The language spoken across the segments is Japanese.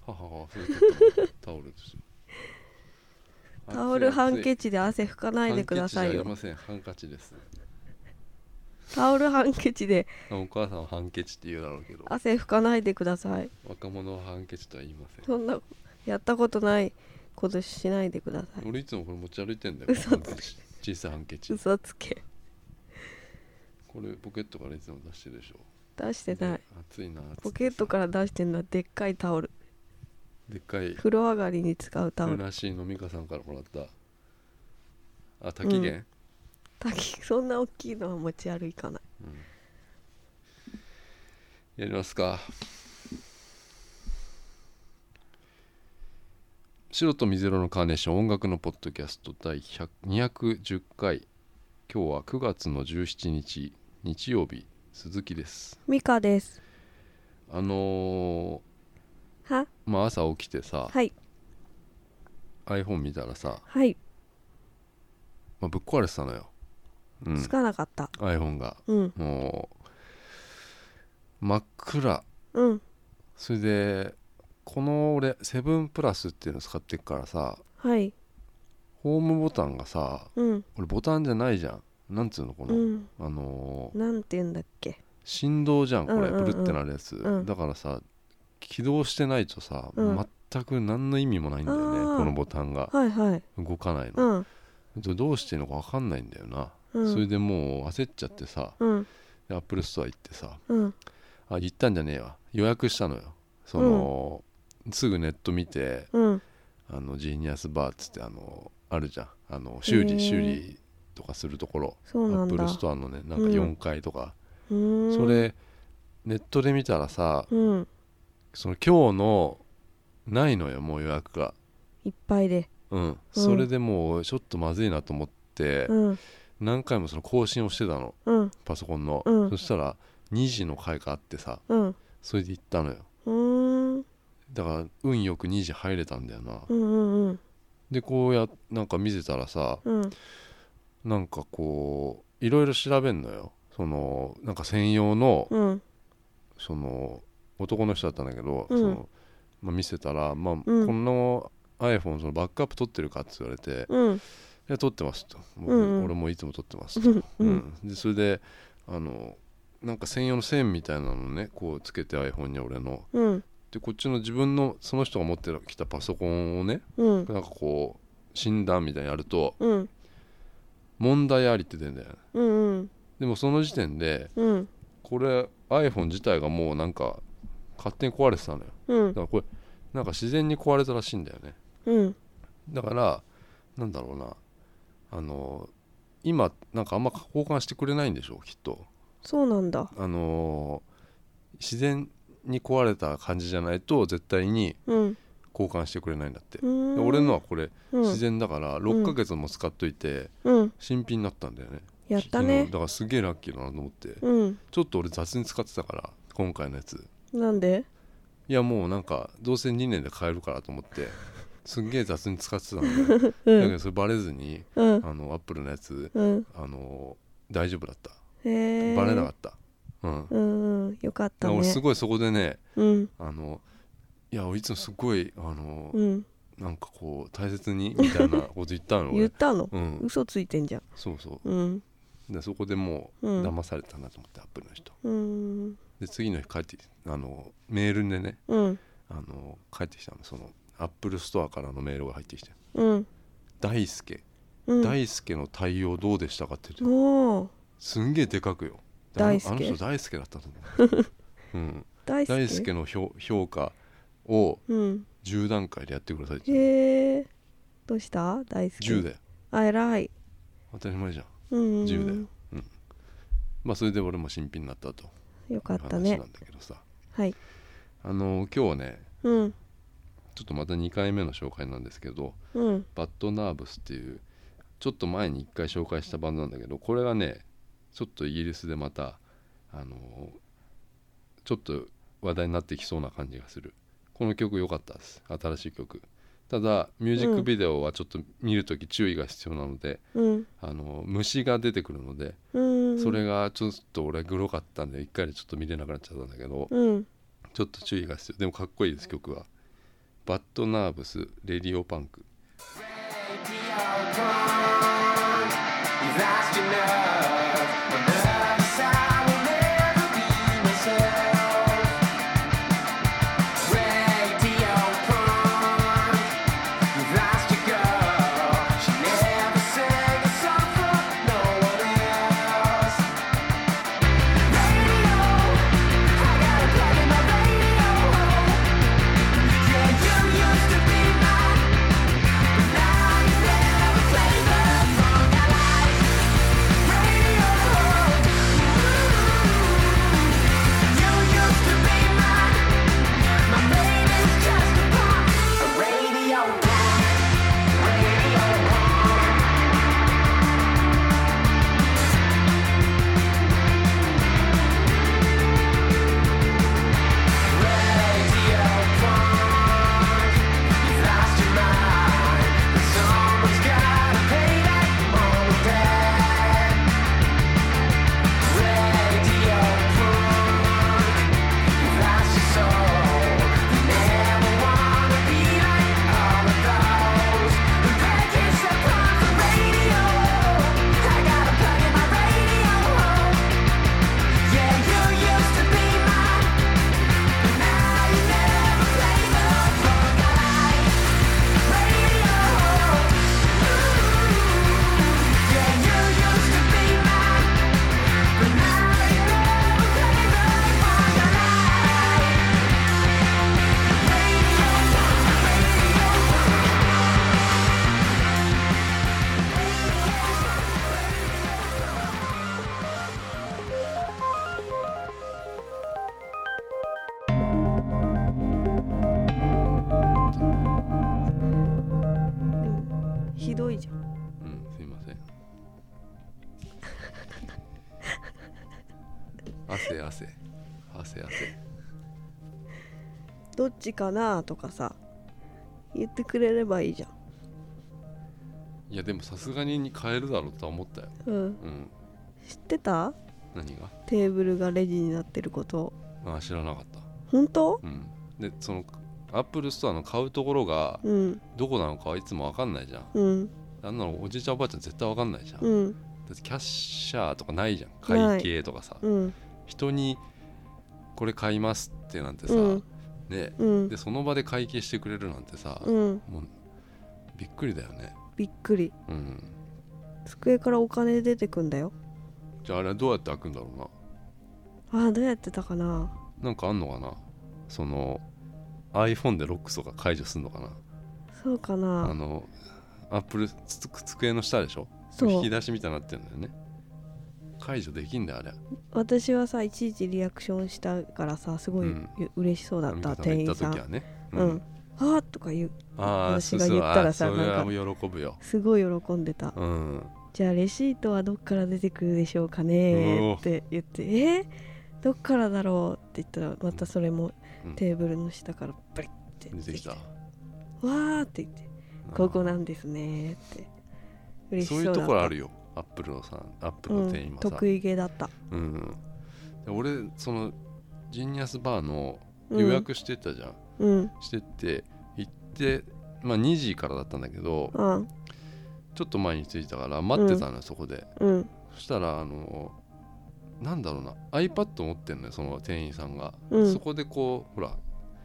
ははは、そういうことねタオルですよ。 タオルハンケチで汗拭かないでくださいよ。 ハンケチじゃありません、ハンカチです。 タオルハンケチでお母さんはハンケチって言うだろうけど、 汗拭かないでください。 若者はハンケチとは言いません。 そんなやったことないことしないでください。 俺いつもこれ持ち歩いてんだよ。 嘘つけハンケチ、小さいハンケチ。 嘘つけ。 これポケットからいつも出してるでしょ。 出してない。 暑いなっつってさ、 ポケットから出してんのはでっかいタオル。 でっかい風呂上がりに使うタオル。 ふなしいのみかさんからもらった。あ、滝源、 そんな大きいのは持ち歩かない。 やりますか。白と水色のカーネーション音楽のポッドキャスト第210回。今日は9月の17日日曜日、鈴木です。 ミカです。 はまあ朝起きてさ、 はい iPhone 見たらさ、 はい、 ぶっ壊れてたのよ、 つかなかった。 iPhone がうんもう真っ暗。 うん。 それでこの俺セブンプラスっていうの使ってるからさ、 はい。 ホームボタンがさ、 うんこれボタンじゃないじゃん。なんつうのこの、 うん。なんて言うんだっけ。 振動じゃんこれ、 うんうんうんブルってなるやつ、 うんだからさ起動してないとさ、 うん全く何の意味もないんだよね。 あーこのボタンがはいはい。 動かないの、 うんどうしていいのか分かんないんだよな、 うん。 それでもう焦っちゃってさ、 うんアップルストア行ってさ、 うん行ったんじゃねえわ、予約したのよ。その、すぐネット見て、 うん。 ジーニアスバーっつってあるじゃん、修理とかするところ、 そうなんだ。 アップルストアのね、なんか4階とか、 うーん。 それネットで見たらさ、 うんその今日のないのよ、もう予約が。 いっぱいで。 それでもうちょっとまずいなと思って、 うん何回もその更新をしてたの、 うんパソコンの、 うんそしたら2時の回があってさ、 うんそれで行ったのよ。 うんだから運よく2時入れたんだよな、 うんうんでこうなんか見てたらさ、 うんなんかこういろいろ調べんのよ。そのなんか専用の、 うんその男の人だったんだけど、 うんその見せたら、 うんこの iPhone そのバックアップ取ってるかって言われて、 うんいや取ってますと、俺もいつも取ってますと、でそれでなんか専用の線みたいなのねこうつけて iPhone に俺の、 うんでこっちの自分のその人が持ってきたパソコンをね、 うんなんかこう診断みたいにやるとうん問題ありって出るんだよね。 うんでもその時点でうんこれ iPhone 自体がもうなんか勝手に壊れてたのよ。 うんだからこれなんか自然に壊れたらしいんだよね。 うんだからなんだろうな、今なんかあんま交換してくれないんでしょきっと。 そうなんだ。 自然に壊れた感じじゃないと絶対にうん交換してくれないんだって。でうん俺のはこれうん自然だから6ヶ月も使っといてうん新品になったんだよね。 やったね。 だからすげえラッキーだなと思ってうんちょっと俺雑に使ってたから今回のやつ。 なんで？ いやもうなんかどうせ2年で買えるからと思ってすんげえ雑に使ってたのねうだけんどそれバレずにうんアップルのやつうん大丈夫だった。 へえ。 バレなかった。うんうんうんよかったね。 俺すごいそこでねうんいやいつもすごいうんなんかこう大切にみたいなこと言ったの言っ俺。 たの？ うん嘘ついてんじゃん。 そうそうんうでそこでもううん騙されたなと思ってアップルの人うんで次の日帰ってきてメールでねうん帰ってきたの。そのアップルストアからのメールが入ってきてうん大輔うん大輔の対応どうでしたかって言っておーすんげえでかくよ。で大輔あの人大輔だったと思う、うん、 大好き。 大輔の評価をうん 10段階でやってくださいって言うの。 へえ。どうした大好き。 10だよ。 あ偉い。 当たり前じゃん。 うん 10だよ。まあそれで俺も新品になったとよかいう話ったねなんだけどさ、 はい。 今日ねうんちょっとまた2回目の紹介なんですけど、 うんバッドナーブスっていうちょっと前に1回紹介したバンドなんだけど、これがねちょっとイギリスでまたちょっと話題になってきそうな感じがする。この曲良かったです。新しい曲。ただミュージックビデオはちょっと見るとき注意が必要なので、 うん虫が出てくるので、 うんそれがちょっと俺グロかったんで1回でちょっと見れなくなっちゃったんだけど、 うんちょっと注意が必要。でもかっこいいです曲は。 バッドナーブスレディオパンク。 ひどいじゃん。 すいません。汗どっちかなとかさ言ってくれればいいじゃん。 いやでもさすがに変えるだろうとは思ったよ。 知ってた？ 何が？ テーブルがレジになってることを。 知らなかった。 本当？ でそのアップルストアの買うところがどこなのかはいつも分かんないじゃん。あんなのおじいちゃんおばあちゃん絶対分かんないじゃん。だってキャッシャーとかないじゃん。会計とかさ、人にこれ買いますってなんてさ、ね、でその場で会計してくれるなんてさ、もうびっくりだよね。 びっくり。机からお金出てくんだよ。 じゃああれはどうやって開くんだろうな。 どうやってたかな。 なんかあんのかな。その iPhone でロックとか解除すんのかな。 そうかな。 アップル机の下でしょ。引き出しみたいになってるんだよね。解除できんだよあれ。 私はさいちいちリアクションしたからさすごい嬉しそうだった、店員さん。 行った時はね。 あーとか言う。私が言ったらさ、 それは喜ぶよ。 すごい喜んでた。じゃあレシートはどっから出てくるでしょうかねって言って、どっからだろうって言ったらまたそれもテーブルの下からブリッて出てきた。 わーって言って、ここなんですねって嬉しそうだった。 そういうところあるよ。アップルの店員もさ、 得意げだった。 俺そのジニアスバーの予約してたじゃん。してって行って、2時からだったんだけど、ちょっと前に着いたから待ってたのよ、そこで。そしたらなんだろうな、 iPad 持ってんのよその店員さんが。そこでこうほら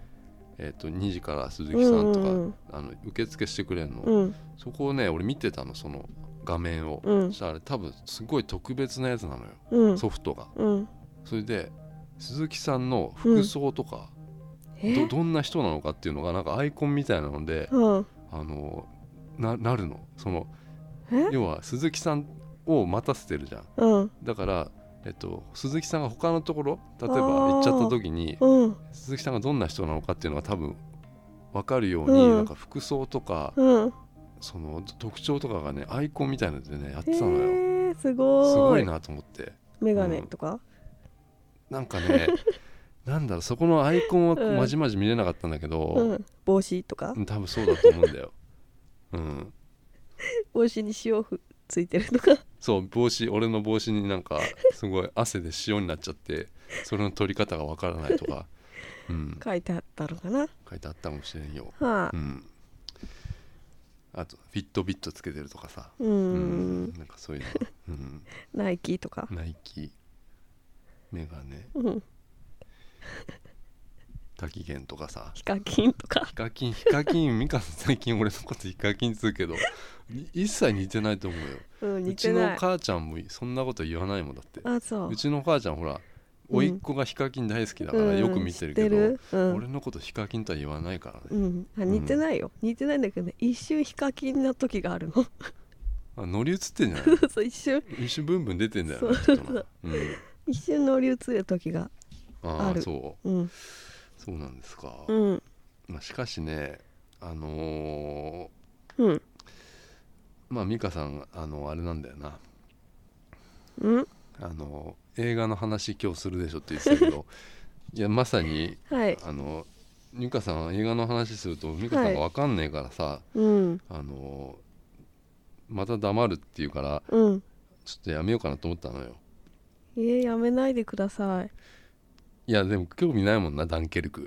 2時から鈴木さんとか、受付してくれんの、そこをね俺見てたの、その画面を。そしたらあれ多分すごい特別なやつなのよ、ソフトが。それで鈴木さんの服装とか、どんな人なのかっていうのがなんかアイコンみたいなので、なるの。その要は鈴木さんを待たせてるじゃん。だから鈴木さんが他のところ例えば行っちゃった時に、鈴木さんがどんな人なのかっていうのが多分分かるように、なんか服装とか、その特徴とかがねアイコンみたいなのでねやってたのよ。 すごいなと思って。 メガネとか、 なんかねなんだろう、そこのアイコンはまじまじ見れなかったんだけど、 帽子とか多分そうだと思うんだよ。 帽子に塩ついてるとか。 そう俺の帽子になんかすごい汗で塩になっちゃってそれの取り方がわからないとかうん、 書いてあったのかな。 書いてあったかもしれんよ、 はあ、 うん、あとフィットビットつけてるとかさ、なんかそういうの、うん、 ナイキとか、 ナイキ、メガネ、滝源とかさ、 ヒカキンとか、 ヒカキンミカさん最近俺のことヒカキンつうけど一切似てないと思うよ、 似てない。 うちの母ちゃんもそんなこと言わないもんだって。 あ、そう。 うちの母ちゃんほら甥っ子がヒカキン大好きだからよく見てるけど、俺のことヒカキンとは言わないからね、 似てないよ、似てないんだけどね、一瞬ヒカキンな時があるの。 あ、乗り移ってんじゃない？ そう、一瞬ブンブン出てんだよね。 一瞬乗り移る時がある。 そう、そうなんですか、まあ、しかしねまあ美香さんあれなんだよな、映画の話今日するでしょって言ってたけどいやまさに、 はい、 美香さん映画の話すると美香さんが分かんねえからさ、また黙るっていうから、ちょっとやめようかなと思ったのよ。 やめないでください。 いやでも興味ないもんな、ダンケルク。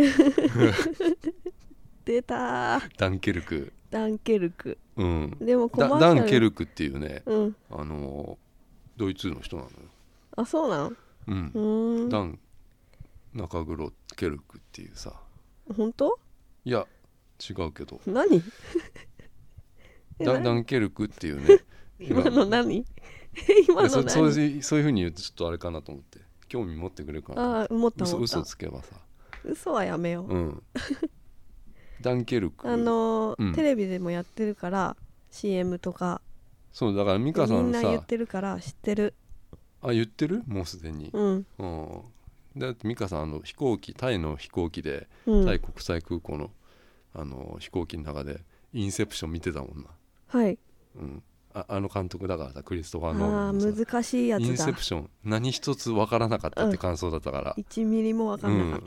出たー、 ダンケルク。 でもコマーシャル、 ダンケルクっていうね、ドイツの人なのよ。 あ、そうなの？ ダン中黒ケルクっていうさ。 本当？ いや違うけど。 何？ ダンケルクっていうね。 今の何？今の何？ そういう風に言うとちょっとあれかなと思って興味持ってくれるかな。 思った。 嘘つけばさ。 嘘はやめよう。 ダンケルク、 テレビでもやってるから CM とか。 そうだから美香さんさ、 みんな言ってるから知ってる。 あ、言ってる？もうすでに。だって美香さん飛行機、タイの飛行機で、タイ国際空港の飛行機の中でインセプション見てたもんな。 はい。 監督だからさ、クリストファー・ノーラン。 難しいやつだ。 インセプション何一つ分からなかったって感想だったから、 1ミリも分からなかった、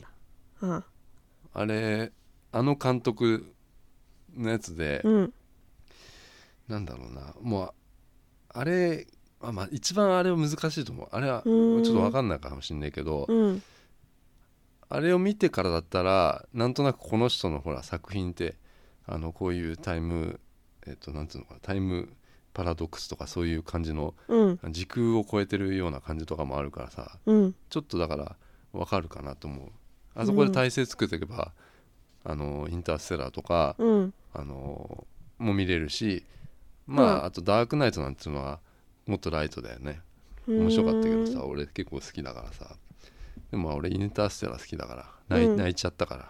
あれ監督のやつで、なんだろうな、もうあれ、まあ一番あれは難しいと思う。あれはちょっと分かんないかもしんないけど、あれを見てからだったらなんとなくこの人のほら作品ってこういうタイムなんつうのかな、タイムパラドックスとかそういう感じの、時空を超えてるような感じとかもあるからさ、ちょっとだから分かるかなと思う。あそこで体勢作っていけば、インターステラーとか、も見れるし、あとダークナイトなんていうのはもっとライトだよね。面白かったけどさ、俺結構好きだからさ。でも俺インターステラー好きだから泣いちゃったから、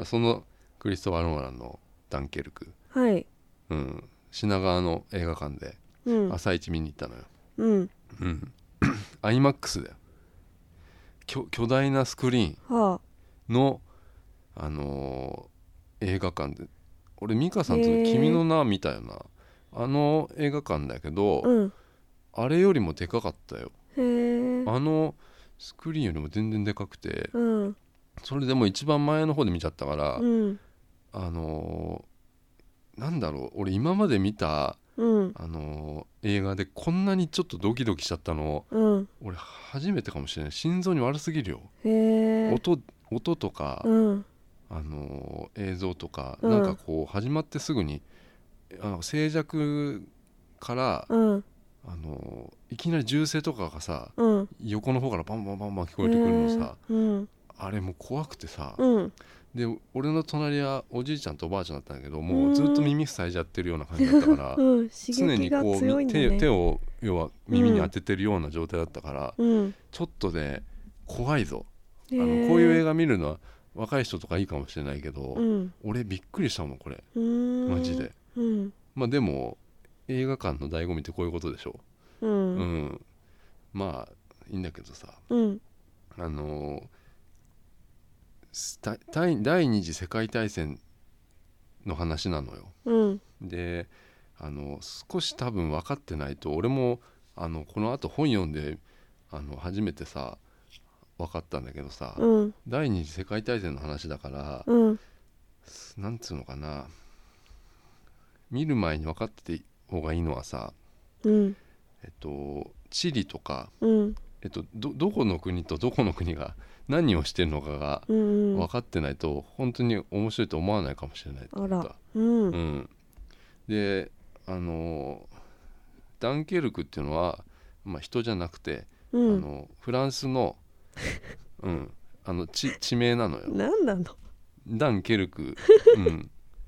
そのクリストファー・ノーランのダンケルク、品川の映画館で朝一見に行ったのよ。IMAX だよ。巨大なスクリーンの、映画館で、俺美香さんと君の名見たよな、映画館だけど、あれよりもでかかったよ。スクリーンよりも全然でかくて、それでも一番前の方で見ちゃったから、なんだろう、俺今まで見た、映画でこんなにちょっとドキドキしちゃったの、俺初めてかもしれない。心臓に悪すぎるよ。音とか、映像とか、なんかこう始まってすぐに静寂から、いきなり銃声とかがさ、横の方からバンバンバンバン聞こえてくるのさ、あれもう怖くてさ、で俺の隣はおじいちゃんとおばあちゃんだったんだけど、もうずっと耳塞いじゃってるような感じだったから、常にこう手を要は耳に当ててるような状態だったから、ちょっとね怖いぞ。こういう映画見るのは若い人とかいいかもしれないけど、俺びっくりしたもんこれ、マジで。まあでも映画館の醍醐味ってこういうことでしょ。まあいいんだけどさ、第二次世界大戦の話なのよ。で少し多分分かってないと、俺もこの後本読んで初めてさ分かったんだけどさ、第二次世界大戦の話だから、なんつうのかな、見る前に分かってて方がいいのはさ、地理とか、どこの国とどこの国が何をしてるのかが分かってないと本当に面白いと思わないかもしれないって言った。 あら、うんうん、でダンケルクっていうのは、まあ、人じゃなくて、 うん、 フランスの、うん、地名なのよ。 何なの。 ダンケルク、うん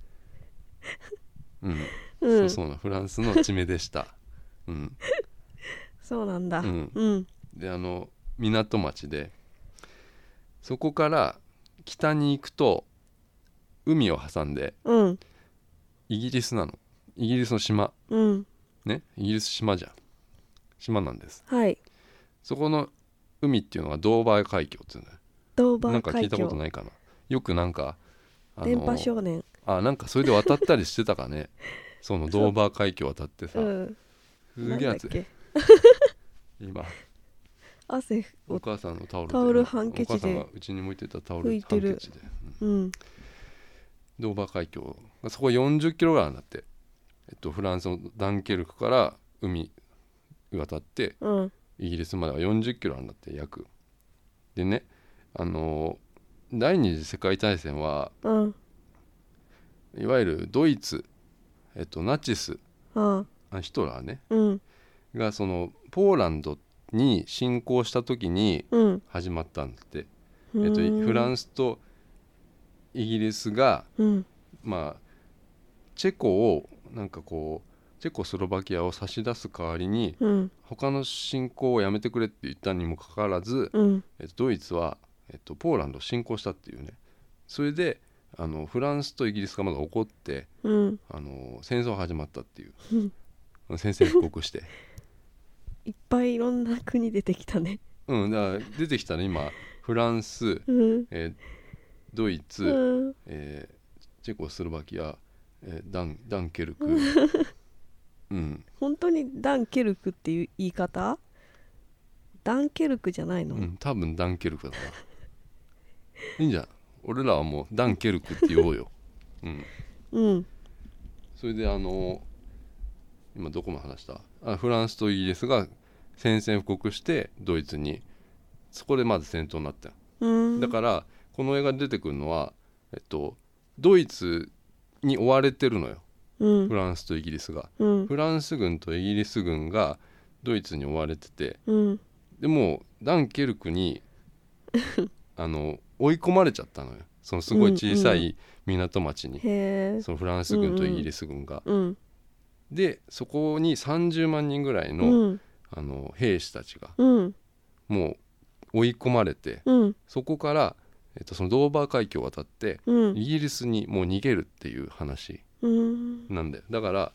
うんうん、 そうなフランスの地名でした。うん、 そうなんだ。 うんうん、 で港町で、そこから北に行くと海を挟んでうん、 イギリスなの。イギリスの島うん、 ね、イギリス島じゃん。島なんです。 はい。 そこの海っていうのはドーバー海峡っていうの。 ドーバーなんか聞いた海峡。 ことないかな。よくなんか電波少年。 なんかそれで渡ったりしてたかね。そのドーバー海峡渡ってさ、 うん、 すげえ暑いなんだっけ。 今汗をお母さんのタオルで、 タオルハンケチでお母さんがうちに向いてたタオル拭いてるハンケチで、 うん、 ドーバー海峡、そこ40キロぐらいになって、フランスのダンケルクから海渡って、 うん、 イギリスまでは40キロなんだって約。でね、第二次世界大戦は、 うん、 いわゆるドイツ、ナチス、 あヒトラーねうん、 がそのポーランドに侵攻した時にうん、 始まったんだって、 フフランスとイギリスが、 うん、 まあチェコをなんかこうチェコスロバキアを差し出す代わりに、 うん、 他の侵攻をやめてくれって言ったにもかかわらず、 うん、 ドイツは、ポーランドを侵攻したっていうね。それでフランスとイギリスがまだ怒って、 うん、 戦争が始まったっていう、 うん、 宣戦布告していっぱいいろんな国出てきたね。 うん、だから出てきたね今フランス、 うん、 ドイツ、 うん、 チェコスロバキア、ダンケルク、うん、 本当にダンケルクっていう言い方？ダンケルクじゃないの？ うん、多分ダンケルクだないいんじゃん。俺らはもうダンケルクって言おうよ。うん、 うん、 それで今どこまで話した？フランスとイギリスが宣戦布告してドイツに、そこでまず戦闘になったよ。 うん、 だからこの映画に出てくるのは、ドイツに追われてるのよ、 うん、 フランスとイギリスが、 うん、 フランス軍とイギリス軍がドイツに追われてて、 うん、 でもダンケルクに追い込まれちゃったのよ。そのすごい小さい港町に、 へえ、 そのフランス軍とイギリス軍が、 うん、 でそこに30万人ぐらいの、 うん、 兵士たちがうん、 もう追い込まれて、 うん、 そこから、そのドーバー海峡を渡ってうん、 イギリスにもう逃げるっていう話うん、 なんだよ。だから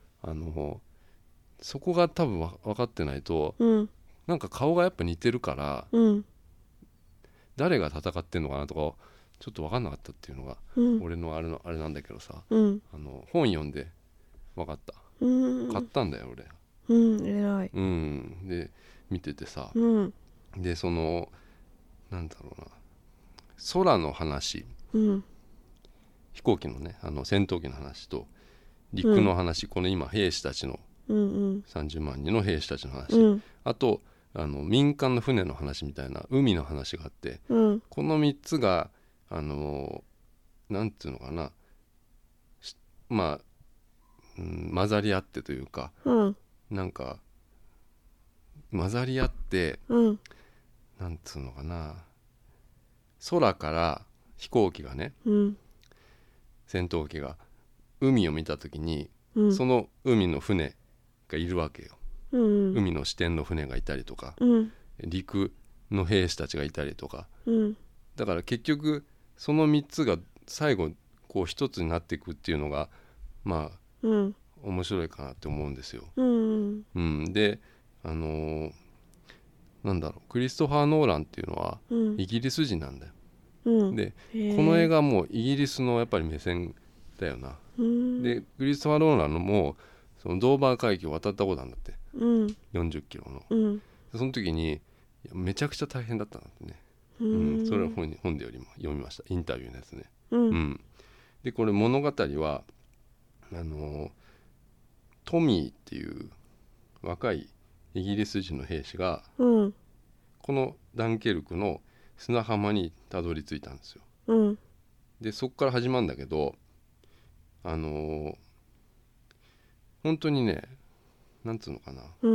そこが多分分かってないと、 うん、 なんか顔がやっぱ似てるから、 うん、 誰が戦ってんのかなとかちょっと分かんなかったっていうのが、 うん、 俺のあれなんだけどさ、 うん、 本読んで分かった、 うん、 買ったんだよ俺。 うん、偉い。 うん、で見ててさ、 うん、 でそのなんだろうな、空の話、 うん、 飛行機のね戦闘機の話と陸の話、この今兵士たちのうん、うん、 30万人の兵士たちの話、 うん、 あと民間の船の話みたいな海の話があって、 うん、 この3つがなんていうのかな、まあ、混ざり合ってというか、 うん、 なんか混ざり合って、 うん、 なんつうのかな、空から飛行機がね、 うん、 戦闘機が海を見た時に、 うん、 その海の船がいるわけよ、 うん、 海の支店の船がいたりとか、 うん、 陸の兵士たちがいたりとか、 うん、 だから結局その3つが最後こう一つになっていくっていうのがまあ、 うん、 面白いかなって思うんですよ。 うん、 うん、でなんだろう、クリストファー・ノーランっていうのはイギリス人なんだよ。 うん、 でこの映画はもうイギリスのやっぱり目線だよな。 うん、 でクリストファー・ノーランのもそのドーバー海峡を渡ったことなんだって、 うん、 40キロの。 うん、 その時にめちゃくちゃ大変だったんだってね。 ううん、それは本でよりも読みました、インタビューのやつね。 ううんん、でこれ物語はトミーっていう若いイギリス人の兵士がうん、 このダンケルクの砂浜にたどり着いたんですよ。 うん、 でそっから始まるんだけど本当にね、なんつうのかな、 うん、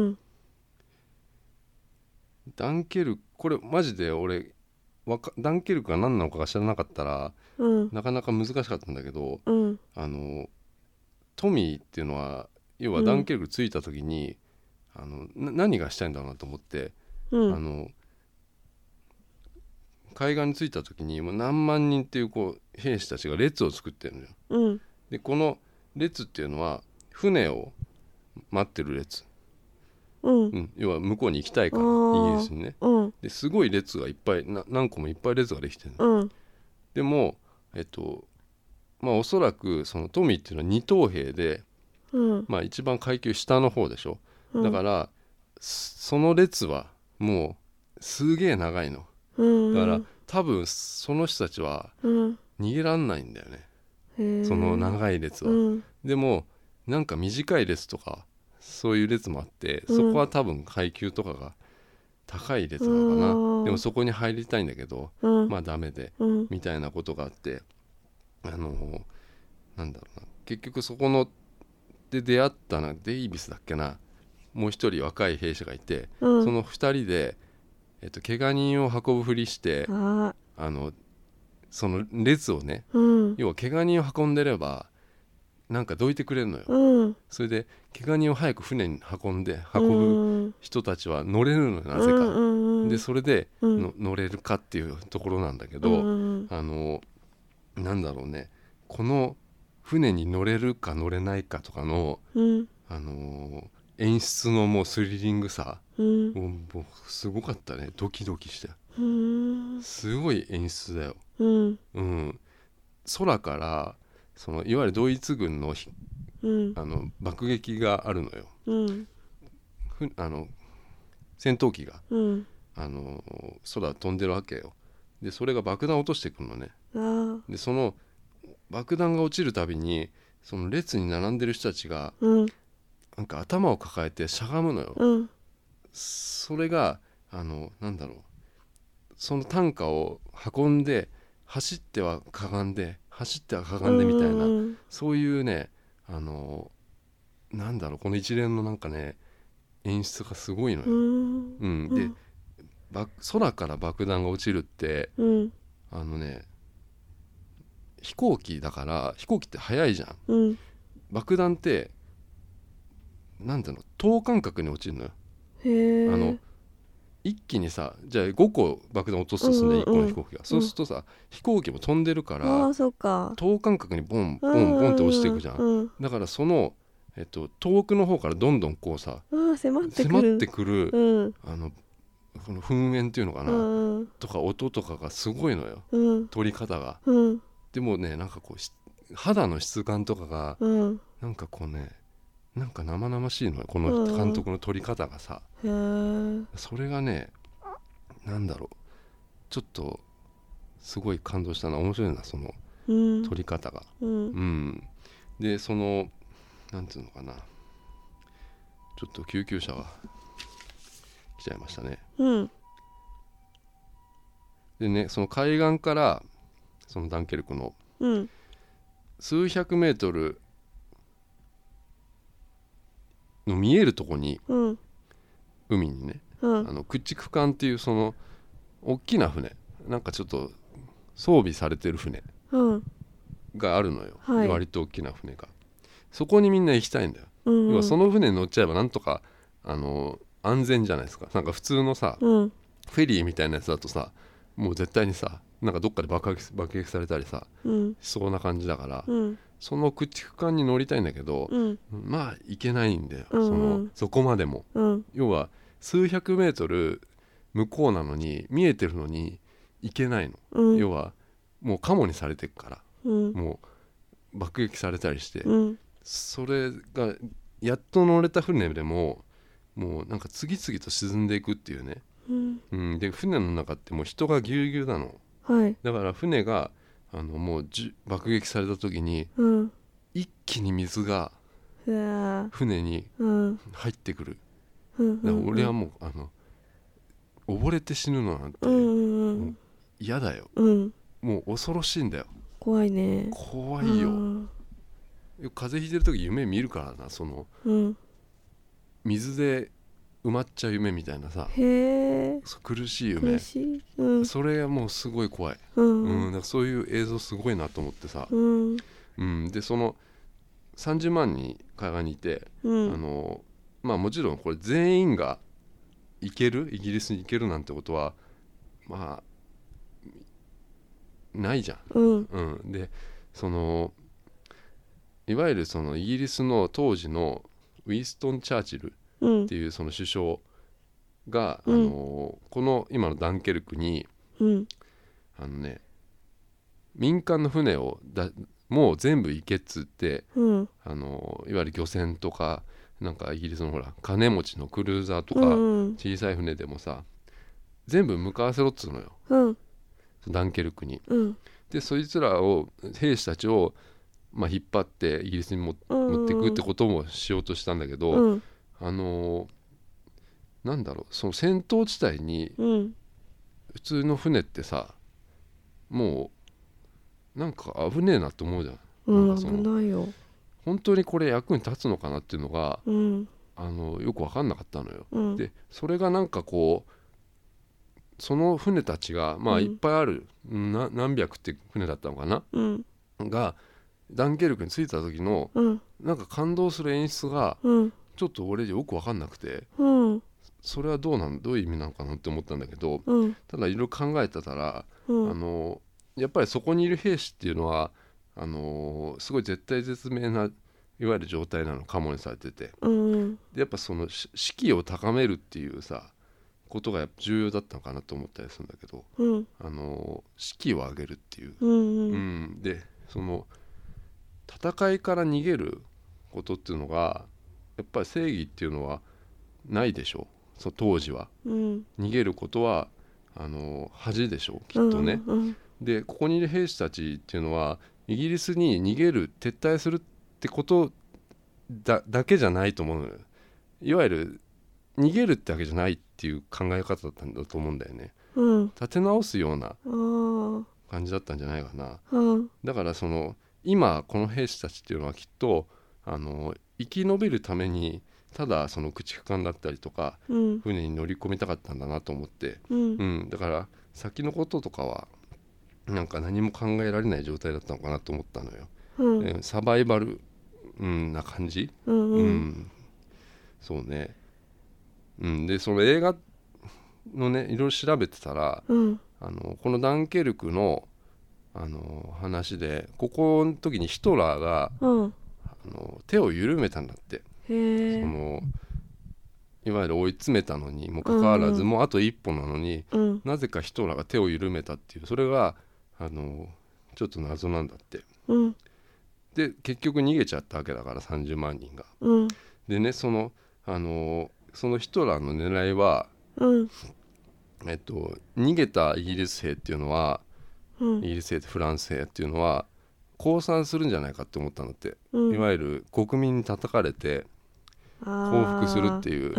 ダンケルク、これマジで俺ダンケルクが何なのかが知らなかったら、 うん、 なかなか難しかったんだけど、 うん、 トミーっていうのは要はダンケルク着いた時に、何がしたいんだろうなと思って、 うん、 海岸に着いた時にもう何万人っていうこう兵士たちが列を作ってるのよ。 うん、 でこの列っていうのは船を待ってる列、 うん、 うん、要は向こうに行きたいからイギリスにね。 うん、 ですごい列がいっぱい何個もいっぱい列ができてるの。 うん、 でもまあおそらくそのトミーっていうのは二等兵で、 うん、 まあ一番階級下の方でしょ。 うん、 だからその列はもうすげえ長いの。 うん、 だから多分その人たちは逃げらんないんだよね、その長い列は、 うん、 でもなんか短い列とかそういう列もあって、そこは多分階級とかが高い列なのかな、 うん、 でもそこに入りたいんだけど、 うん、 まあダメで、 うん、 みたいなことがあって、なんだろうな、結局そこので出会ったな、デイビスだっけな、もう一人若い兵士がいて、 うん、 その二人で、怪我人を運ぶふりしてあその列をね、 うん、 要は怪我人を運んでればなんかどいてくれるのよ、 うん、 それで怪我人を早く船に運ぶ人たちは乗れるのよ、なぜか、 うん、 でそれでうん、 乗れるかっていうところなんだけど、 うん、 なんだろうね、この船に乗れるか乗れないかとかの、 うん、 演出のもうスリリングさ、 うん、 もうすごかったね。ドキドキして、 うん、 すごい演出だよ、 うん、 うん、空からそのいわゆるドイツ軍の、 うん、 爆撃があるのよ、 うん、 戦闘機が、 うん、 空飛んでるわけよ。でそれが爆弾を落としてくるのね。でその爆弾が落ちるたびにその列に並んでる人たちが、 うん、 なんか頭を抱えてしゃがむのよ、 うん、 それがなんだろう、その担架を運んで走ってはかがんで走ってはかがんでみたいな、 うん、 そういうね、なんだろう、この一連のなんかね演出がすごいのよ、うんで、空から爆弾が落ちるって、 うん、 飛行機だから、飛行機って速いじゃん、 うん、 爆弾ってなんていうの、等間隔に落ちるのよ。 へえ、 一気にさ、じゃあ5個爆弾落とすとすんね、1個の飛行機が、そうするとさ、飛行機も飛んでるからそうか、 等間隔にボンボンボンって落ちていくじゃん、だからその、遠くの方からどんどんこうさ、 迫ってくる、 この噴煙っていうのかな、とか音とかがすごいのよ、撮り方が、でもね、なんかこう肌の質感とかが、なんかこうね、なんか生々しいのよ、この監督の撮り方がさ、それがね、なんだろう、ちょっとすごい感動したな、面白いな、その撮り方が、でそのなんていうのかな、ちょっと救急車が来ちゃいましたね、でね、その海岸からそのダンケルクの数百メートルの見えるとこに、海にね、駆逐艦っていうその大きな船、なんかちょっと装備されてる船があるのよ、割と大きな船が、そこにみんな行きたいんだよ、要はその船に乗っちゃえばなんとか安全じゃないですか。なんか普通のさ、フェリーみたいなやつだとさ、もう絶対にさ、なんかどっかで爆撃されたりさ、しそうな感じだから、その駆逐艦に乗りたいんだけど、まあ行けないんだよ、そこまでも、要は数百メートル向こうなのに見えてるのに行けないの、要はもうカモにされてるから、もう爆撃されたりして、それがやっと乗れた船でももうなんか次々と沈んでいくっていうね、で船の中ってもう人がぎゅうぎゅうなの、だから船がもう爆撃された時に、一気に水が船に入ってくる、だから俺はもう溺れて死ぬのなんて、もう嫌だよ、もう恐ろしいんだよ。 怖いね。 怖いよ。風邪ひいてる時夢見るからな、その、水で埋まっちゃう夢みたいなさ、苦しい夢、それはもうすごい怖い、だからそういう映像すごいなと思ってさ、でその30万人海外にいて、まあもちろんこれ全員が行ける、イギリスに行けるなんてことはまあないじゃん、でそのいわゆるそのイギリスの当時のウィンストン・チャーチルっていうその首相が、この今のダンケルクに、民間の船をもう全部行けっつって、いわゆる漁船とかなんかイギリスのほら金持ちのクルーザーとか、小さい船でもさ全部向かわせろっつうのよ、ダンケルクに、でそいつらを兵士たちを、引っ張ってイギリスに持っていくってこともしようとしたんだけど、なんだろう、その戦闘地帯に普通の船ってさもうなんか危ねえなと思うじゃん、なんかその危ないよ。 本当にこれ役に立つのかなっていうのが、よく分かんなかったのよ、でそれがなんかこうその船たちがいっぱいある、何百って船だったのかな、がダンケルクに着いた時の、なんか感動する演出が、ちょっと俺よく分かんなくて、それはどういう意味なのかなって思ったんだけど、ただいろいろ考えてたら、やっぱりそこにいる兵士っていうのはすごい絶対絶命ないわゆる状態なのカモにされてて、でやっぱその士気を高めるっていうさことがやっぱ重要だったのかなと思ったりするんだけど、士気を上げるっていう、でその戦いから逃げることっていうのがやっぱり正義っていうのはないでしょう、当時は、逃げることは恥でしょうきっとね、でここにいる兵士たちっていうのはイギリスに逃げる撤退するってことだけじゃないと思うのよ。いわゆる逃げるってわけじゃないっていう考え方だったんだと思うんだよね、立て直すような感じだったんじゃないかな、だからその今この兵士たちっていうのはきっと生き延びるためにただその駆逐艦だったりとか、船に乗り込みたかったんだなと思って、だから先のこととかはなんか何も考えられない状態だったのかなと思ったのよ、サバイバル、な感じ、そうね、でその映画のねいろいろ調べてたら、このダンケルクの話でここの時にヒトラーが、手を緩めたんだって、そのいわゆる追い詰めたのにもかかわらず、もうあと一歩なのに、なぜかヒトラーが手を緩めたっていう、それがちょっと謎なんだって、で結局逃げちゃったわけだから30万人が、でねそのヒトラーの狙いは、逃げたイギリス兵っていうのは、イギリス兵とフランス兵っていうのは降参するんじゃないかって思ったんだって、いわゆる国民に叩かれて降伏するっていう、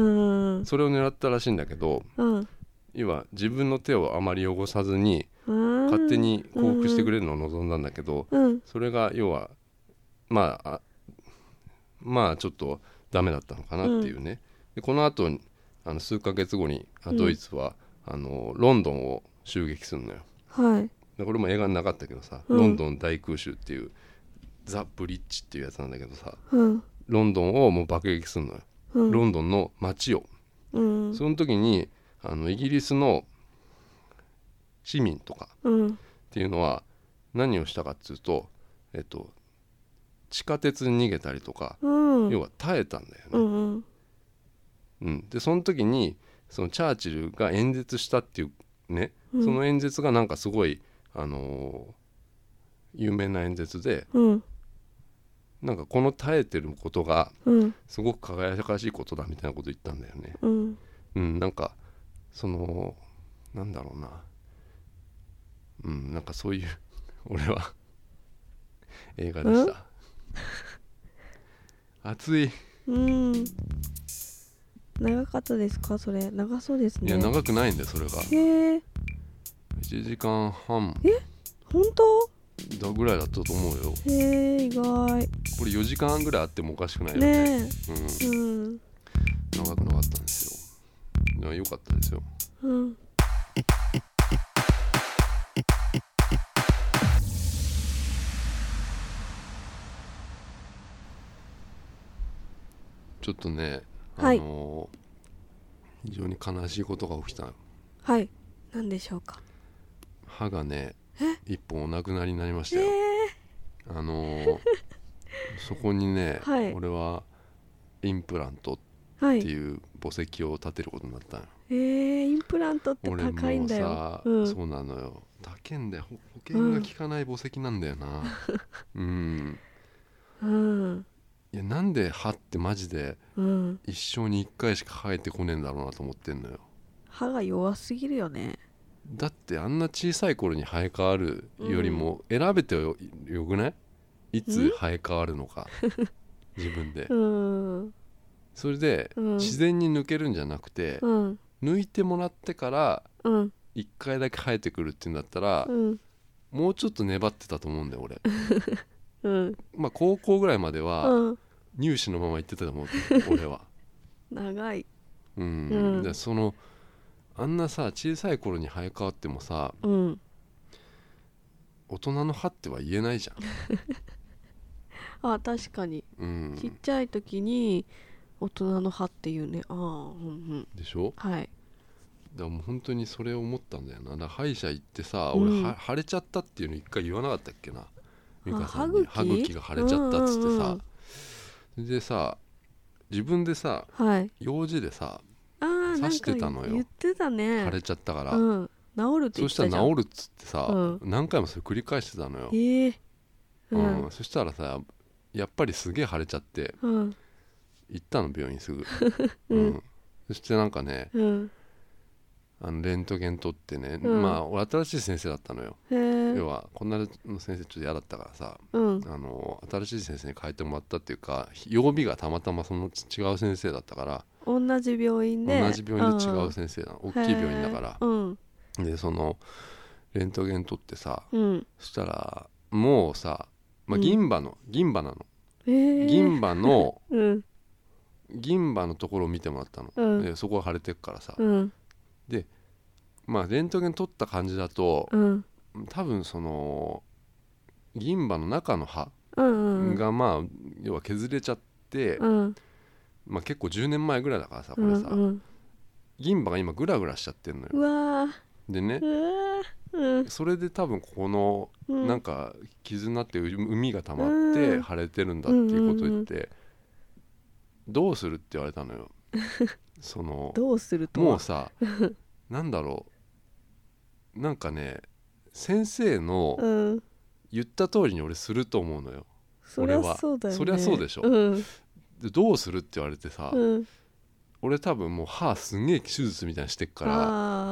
それを狙ったらしいんだけど、要は自分の手をあまり汚さずに勝手に降伏してくれるのを望んだんだけど、それが要はまあちょっとダメだったのかなっていうね、でこの後数ヶ月後にドイツは、ロンドンを襲撃するのよ、でこれも映画になかったけどさ、ロンドン大空襲っていうザ・ブリッジっていうやつなんだけどさ、ロンドンをもう爆撃するのよ、ロンドンの街を、その時にイギリスの市民とかっていうのは何をしたかっていうと、地下鉄に逃げたりとか、要は耐えたんだよね、でその時にそのチャーチルが演説したっていうね、その演説がなんかすごい有名な演説で、なんかこの耐えてることがすごく輝かしいことだみたいなこと言ったんだよね、なんかそのなんだろうな、なんかそういう俺は映画でした、熱い、 長かったですか？それ長そうですね。 いや長くないんだよそれが、 1時間半本当だぐらいだったと思うよ。 へえ、意外。 これ4時間ぐらいあってもおかしくないよね。 ねえ、うん、 長くなかったんですよ。良かったですよ。 うん。 ちょっとね、 はい、 非常に悲しいことが起きた。 はい、何でしょうか。 歯がね一本お亡くなりになりましたよ。そこにね、 はい、 俺はインプラントっていう墓石を建てることになったのよ。 インプラントって高いんだよ。 俺もさ、そうなのよ。高いんだよ。保険が効かない墓石なんだよな。うん、うん、いやなんで歯ってマジで一生に一回しか生えてこねえんだろうなと思ってんのよ。 歯が弱すぎるよね。 だってあんな小さい頃に生え変わるよりも選べてよくない？いつ生え変わるのか自分で、それで、自然に抜けるんじゃなくて、抜いてもらってから1回だけ生えてくるっていうんだったら、もうちょっと粘ってたと思うんだよ俺、まあ高校ぐらいまでは乳歯のまま行ってたと思う俺は長い、 でそのあんなさ小さい頃に生え変わってもさ、大人の歯っては言えないじゃんあ、確かに、ちっちゃい時に大人の歯っていうね。 でしょ。 はい。 だからもう本当にそれを思ったんだよな。だから歯医者行ってさ、俺腫れちゃったっていうの一回言わなかったっけな、美香さんに。歯茎が腫れちゃったっつってさ、それでさ自分でさ、用事でさ刺してたのよ。 言ってたね。 腫れちゃったから、 治るって言ってたじゃん。 そしたら治るっつってさ、何回もそれ繰り返してたのよ。そしたらさやっぱりすげえ腫れちゃって、行ったの病院すぐ、そしてなんかね、レントゲン取ってね、まあ俺新しい先生だったのよ。要はこんなの先生ちょっと嫌だったからさ、新しい先生に変えてもらったっていうか、曜日がたまたまその違う先生だったから。 同じ病院で違う先生なの。大きい病院だから、でそのレントゲン取ってさ、そしたらもうさ、銀歯なの、銀歯のところを見てもらったの、でそこが腫れてるからさ、でまあレントゲン取った感じだと、多分その銀歯の中の歯がまあ要は削れちゃって、まあ結構10年前ぐらいだからさこれさ、銀歯が今グラグラしちゃってんのよ。 うわでね、それで多分ここのなんか傷になって膿が溜まって腫れてるんだっていうことを言って、どうするって言われたのよそのどうするとはもうさなんだろう、なんかね先生の言った通りに俺すると思うのよ。俺はそりゃそうでしょ、でどうするって言われてさ、俺多分もう歯すげえ手術みたいにしてっから、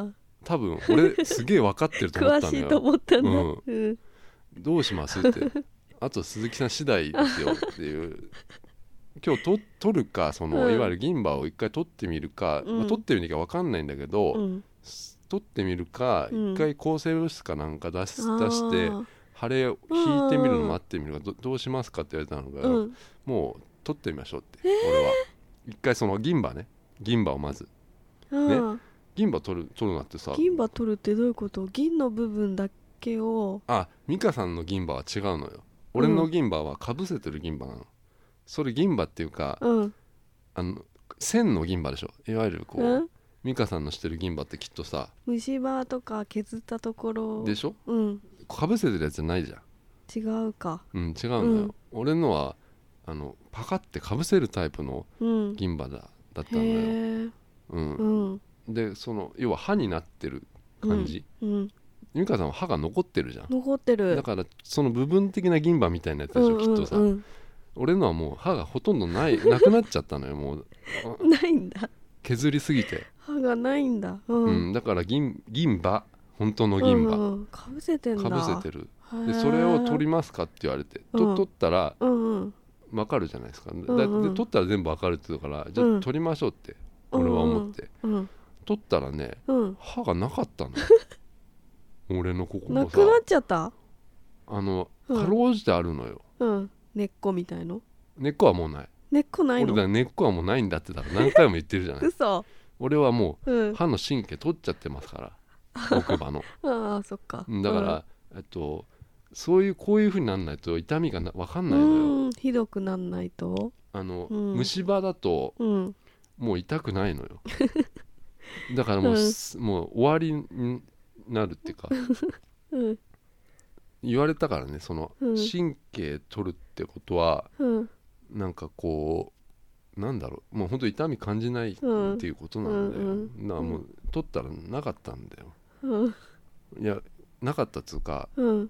多分俺すげえ分かってると思ったのよ。 詳しいと思ったんだ、 どうしますってあと鈴木さん次第ですよっていう今日取るか、その、いわゆる銀歯を一回取ってみるか、取ってみなきゃ分かんないんだけど、取ってみるか、一回抗生物質かなんか出して腫れを引いてみるの待ってみるか、どうしますかって言われたのが、もう取ってみましょうって、俺は一回その銀歯をまずね、銀歯取るなってさ。 銀歯取るってどういうこと？銀の部分だけを。 美香さんの銀歯は違うのよ。俺の銀歯はかぶせてる銀歯なの。それ銀歯っていうか、線の銀歯でしょ、いわゆるこう、美香さんのしてる銀歯ってきっとさ虫歯とか削ったところでしょ、かぶせてるやつじゃないじゃん。 違うか。 違うんだよ、俺のはパカってかぶせるタイプの銀歯だったんだよ。でその要は歯になってる感じ、美香さんは歯が残ってるじゃん。 残ってる。 だからその部分的な銀歯みたいなやつでしょ、きっとさ。俺のはもう歯がほとんどなくなっちゃったのよもうないんだ、 削りすぎて歯がないんだ、 だから銀歯、本当の銀歯、 かぶせてんだ。 かぶせてる。でそれを取りますかって言われて、取ったら分かるじゃないですか。で取ったら全部分かるって言うから、じゃあ取りましょうって俺は思って、取ったらね、歯がなかったの俺のここなもさくなっちゃった。 かろうじてあるのよ、 うん、根っこみたいの。 根っこはもうない。 根っこないの。 俺だ根っこはもうないんだってだから何回も言ってるじゃない嘘。 俺はもう、 歯の神経取っちゃってますから奥歯のああそっか。 だから、そういうこういう風になんないと痛みが分かんないのよ。 ひどくなんないと虫歯だと、もう痛くないのよだからもう、もう終わりになるっていうか、言われたからね、その、神経取るってことは、なんかこうなんだろう、もうほんと痛み感じないっていうことなんだよ、だからもう取ったらなかったんだよ、いやなかったっつうか、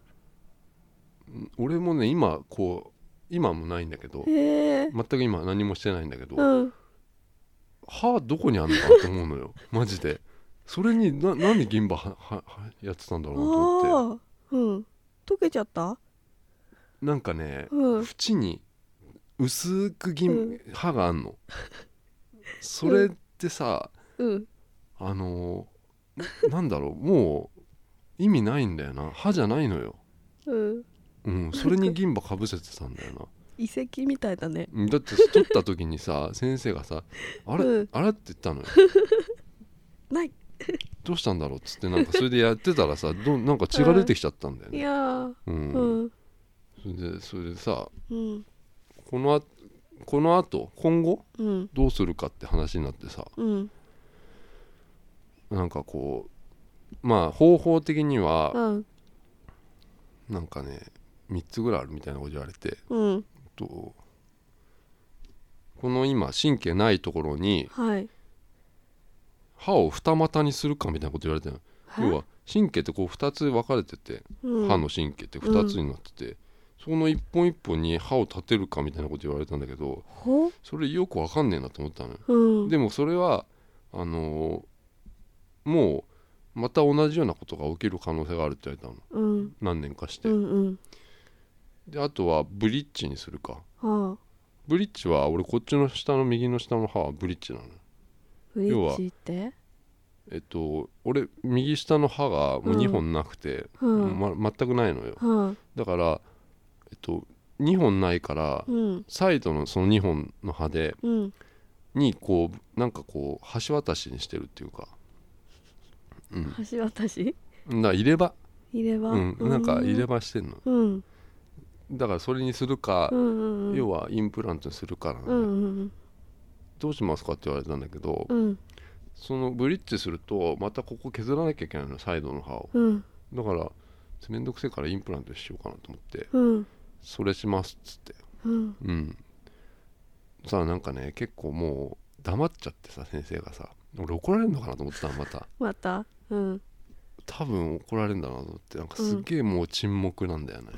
俺もね今もないんだけど、全く今何もしてないんだけど、歯どこにあんのかと思うのよマジで。それになんで銀歯やってたんだろうなと思って。 溶けちゃった。 なんかね、縁に薄く歯があんの、それってさ、なんだろう、もう意味ないんだよな、歯じゃないのよ。それに銀歯かぶせてたんだよな遺跡みたいだね。 だって取った時にさ先生がさあれ、あれって言ったのよないどうしたんだろうっつって、なんかそれでやってたらさなんか血が出てきちゃったんだよね、 いやそれでさ、このあと今後、どうするかって話になってさ、なんかこうまあ方法的には、なんかね3つぐらいあるみたいなこと言われて、この今神経ないところに、歯を二股にするかみたいなこと言われてるの。要は神経ってこう2つ分かれてて、歯の神経って2つになってて、その一本一本に歯を立てるかみたいなこと言われたんだけど、それよく分かんねえなと思ったのよ、でもそれはもうまた同じようなことが起きる可能性があるって言われたの、何年かして、であとはブリッジにするか、ブリッジは俺こっちの右の下の歯はブリッジなの。 ブリッジって俺右下の歯がもう2本なくて、全くないのよ、だから2本ないから、サイドのその2本の歯で、にこうなんかこう橋渡しにしてるっていうか、 橋渡しだ入れ歯なんか入れ歯してんの、だからそれにするか、要はインプラントにするかなんで、どうしますかって言われたんだけど、そのブリッジするとまたここ削らなきゃいけないの、サイドの歯を、だからめんどくせえからインプラントしようかなと思って、それしますっつって、さあなんかね結構もう黙っちゃってさ、先生がさ、俺怒られるのかなと思ってたのまた多分怒られるんだなと思って、なんかすっげえもう沈黙なんだよね、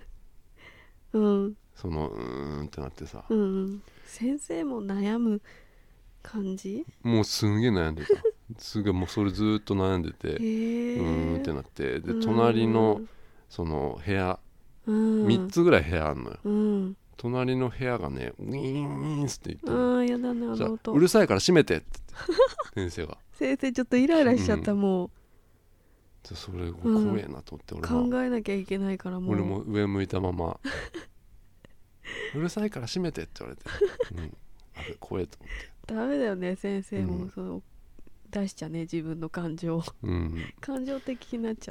そのってなってさ、 先生も悩む感じ、 もうすんげえ悩んでたすげえもうそれずっと悩んでて、ってなって、で隣のその部屋、3つぐらい部屋あんのよ、隣の部屋がねウィーンって言ってる、 やだねあの音、 うるさいから閉めてって先生が先生ちょっとイライラしちゃった、もうそれ怖えなと思って、俺も考えなきゃいけないから、 俺も上向いたままうるさいから閉めてって言われて、あれ怖えと思って、 ダメだよね先生も、その出しちゃね自分の感情、感情的になっちゃった。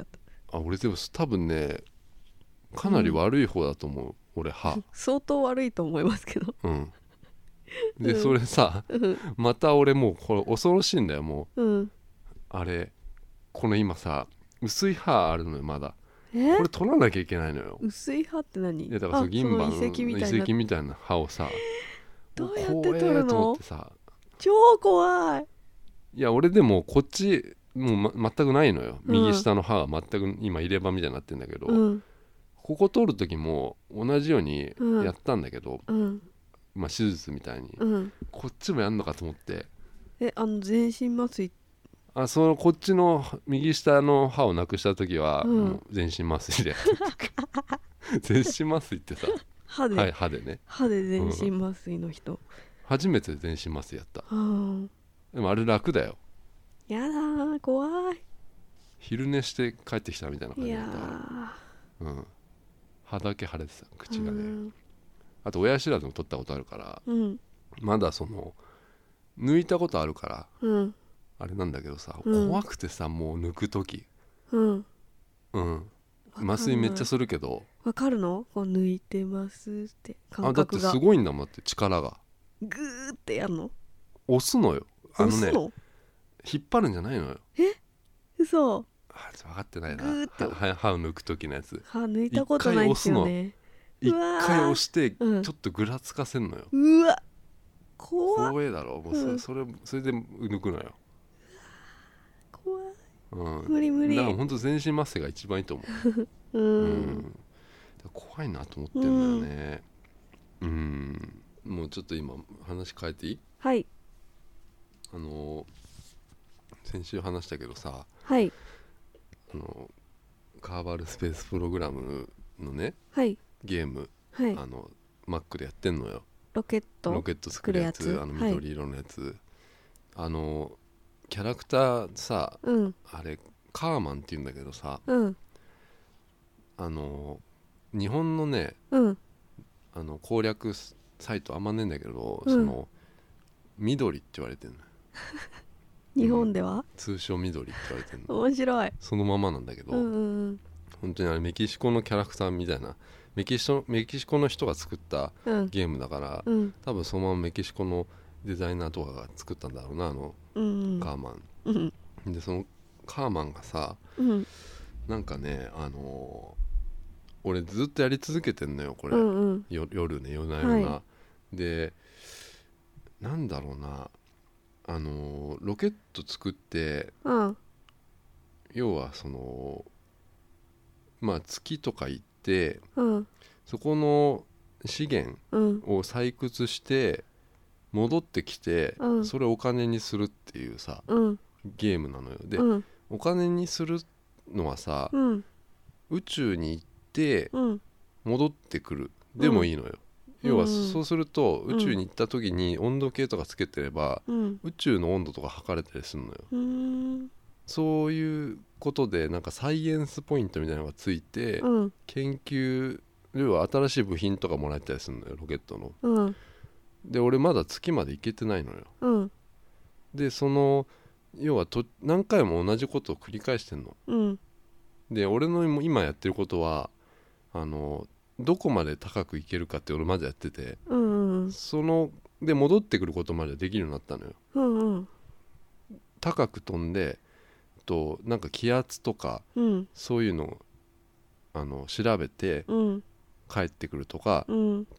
俺でも多分ねかなり悪い方だと思う、俺歯相当悪いと思いますけど、 でそれさ、また俺もうこれ恐ろしいんだよもう、あれこの今さ薄い歯あるのよまだ、これ取らなきゃいけないのよ。 薄い歯って何？ いやだから銀歯の遺跡みたいな歯をさ、 どうやって取るの？ と思ってさ、 超怖い。 いや俺でもこっちもう、全くないのよ、右下の歯が全く今入れ歯みたいになってんだけど、ここ取る時も同じようにやったんだけど、まあ手術みたいに、こっちもやんのかと思って、 全身麻酔、 そのこっちの右下の歯をなくした時は、もう全身麻酔でやった全身麻酔ってさ歯でね、 歯で全身麻酔の人、 初めて全身麻酔やった。でもあれ楽だよ。 やだー怖い。 昼寝して帰ってきたみたいな感じだった。 いやうん、歯だけ腫れてた口がね。あと親知らずも取ったことあるから、まだその抜いたことあるから、あれなんだけどさ、怖くてさ、もう抜く時、麻酔めっちゃするけど。 わかるの？こう抜いてますって感覚が。 だってすごいんだもん、だって力がグーってやんの？ 押すのよ。 押すの？ 引っ張るんじゃないのよ。 嘘。 分かってないな。歯を抜く時のやつ、 歯抜いたことないですよね。 一回押してちょっとぐらつかせんのよ。 うわ怖いだろ。もうそれで抜くのよ。 怖い、無理無理。 だから本当全身麻酔が一番いいと思う。怖いなと思ってんだよね。もうちょっと今話変えていい？ はい。 先週話したけどさ、 はい、 カーバルスペースプログラムのね、 はい、 ゲーム、 はい、 Mac でやってんのよ。 ロケット作るやつ、緑色のやつ、キャラクターさ、あれカーマンって言うんだけどさ、日本のね、攻略サイトあんまねえんだけど、その緑って言われてるの日本では、 通称緑って言われてるの。 面白い。 そのままなんだけど、本当にあれメキシコのキャラクターみたいな、メキシコの人が作ったゲームだから、多分そのままメキシコのデザイナーとかが作ったんだろうな、カーマン、でそのカーマンがさ、なんかね、俺ずっとやり続けてんのよこれ、夜ね、夜な夜な、でなんだろうな、ロケット作って、要はその月とか行って、そこの資源を採掘して戻ってきて、それをお金にするっていうさ、ゲームなのよ。で、お金にするのはさ、宇宙に行って戻ってくるでもいいのよ。要はそうすると、宇宙に行った時に温度計とかつけてれば、宇宙の温度とか測れたりするのよ。そういうことでなんかサイエンスポイントみたいなのがついて、研究、要は新しい部品とかもらえたりするのよ、ロケットの。で俺まだ月まで行けてないのよ。でその要は何回も同じことを繰り返してんの。で俺の今やってることはどこまで高くいけるかって俺まずやってて、そので戻ってくることまでできるようになったのよ。高く飛んでなんか気圧とか、そういうのを調べて帰ってくるとか、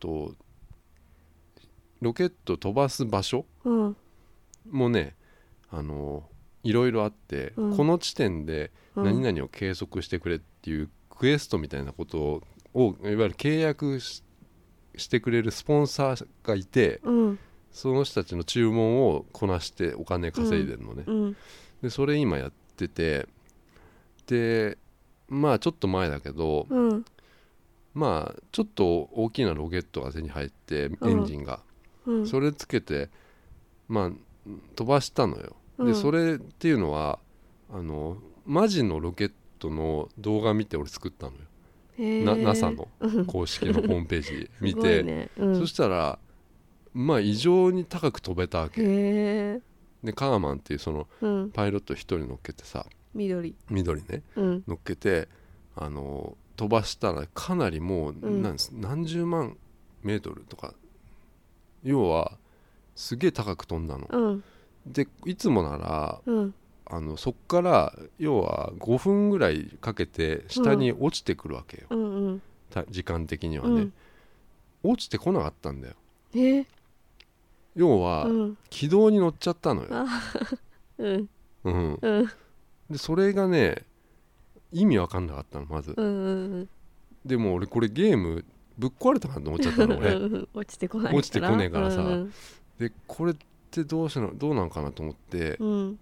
ロケット飛ばす場所もね、いろいろあって、この地点で何々を計測してくれっていうクエストみたいなことをいわゆる契約してくれるスポンサーがいて、その人たちの注文をこなしてお金稼いでるのね。でそれ今やってて、でまあちょっと前だけど、まあちょっと大きなロケットが手に入って、エンジンが、それつけてまあ飛ばしたのよ。でそれっていうのはマジのロケットの動画見て俺作ったのよ。NASA の公式のホームページ見て、そしたらまあ異常に高く飛べたわけで、カーマンっていうそのパイロット一人乗っけてさ、緑ね、乗っけて飛ばしたらかなりもう何十万メートルとか、要はすげえ高く飛んだの。でいつもならそっから要は5分ぐらいかけて下に落ちてくるわけよ、時間的にはね、落ちてこなかったんだよ。要は、軌道に乗っちゃったのよ。でそれがね意味わかんなかったのまず。でも俺これゲームぶっ壊れたかなと思っちゃったの俺。 落ちてこねえからさ、でこれってどうなのかなと思って、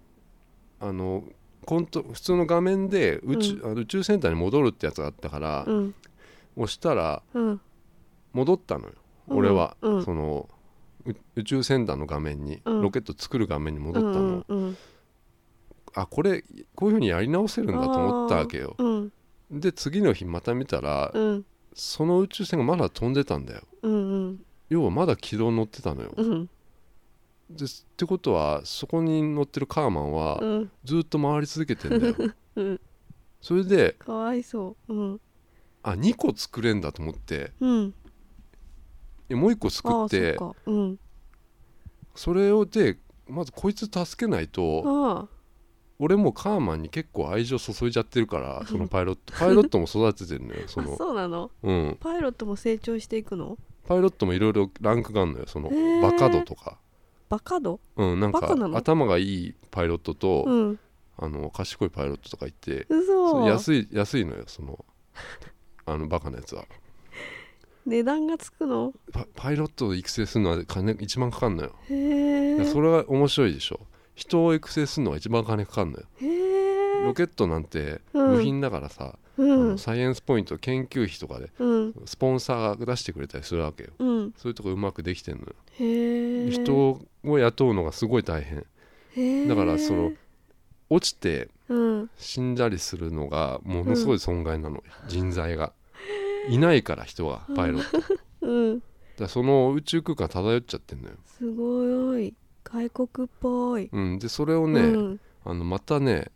普通の画面で宇宙センターに戻るってやつがあったから、押したら戻ったのよ、俺は。その宇宙センターの画面に、ロケット作る画面に戻ったの。 これこういう風にやり直せるんだと思ったわけよ、 うん、 で次の日また見たら、 うん、 その宇宙船がまだ飛んでたんだよ、 うんうん、 要はまだ軌道に乗ってたのよ、 うん、 でってことはそこに乗ってるカーマンはずっと回り続けてんだよ、 うん、 それでかわいそう、うん、 2個作れんだと思って、 うん、 もう1個作って、 そっか、うん、 それをでまずこいつ助けないと、俺もカーマンに結構愛情注いじゃってるからそのパイロットも育ててるのよそうなの、 うん、 パイロットも成長していくの？ パイロットもいろいろランクがあるのよ、そのバカ度とか、 バカ度？ なんか頭がいいパイロットと、 うん、 賢いパイロットとかいて、 嘘、 安いのよ、そのバカなやつは。 値段がつくの？ パイロットを育成するのは金一番かかるのよ。 へえ。 それが面白いでしょ。人を育成するのが一番金かかるのよ。 へえ。 ロケットなんて部品だからさ、サイエンスポイント研究費とかでスポンサーが出してくれたりするわけよ、そういうとこうまくできてんのよ。 へえ。 人を雇うのがすごい大変。だからその落ちて死んだりするのがものすごい損害なのよ、人材がいないから、人がパイロット、だからその宇宙空間漂っちゃってんのよ。 すごい外国っぽい、 でそれをね、またね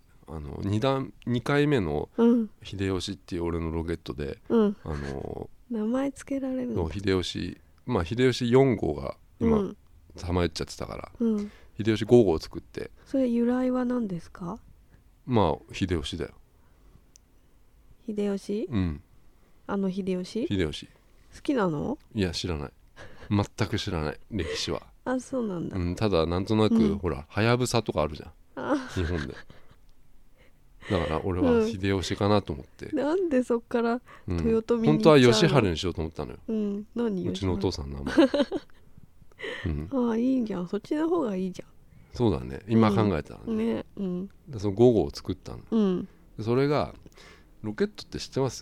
2回目の秀吉っていう俺のロケットで、 名前つけられるの？ 秀吉4号が今さまよっちゃってたから、秀吉5号を作って。 それ由来は何ですか？ まあ秀吉だよ。 秀吉？秀吉？ 秀吉好きなの？いや知らない、全く知らない歴史は。 あ、そうなんだ、 ただなんとなく、ほらはやぶさとかあるじゃん日本で。だから俺は秀吉かなと思って、 なんでそっから豊臣に本当は義治にしようと思ったのよ、 何うちのお父さんの名前いいじゃん、そっちの方がいいじゃん。 そうだね、今考えたらね、その5号を作ったの、それがロケットって知ってます？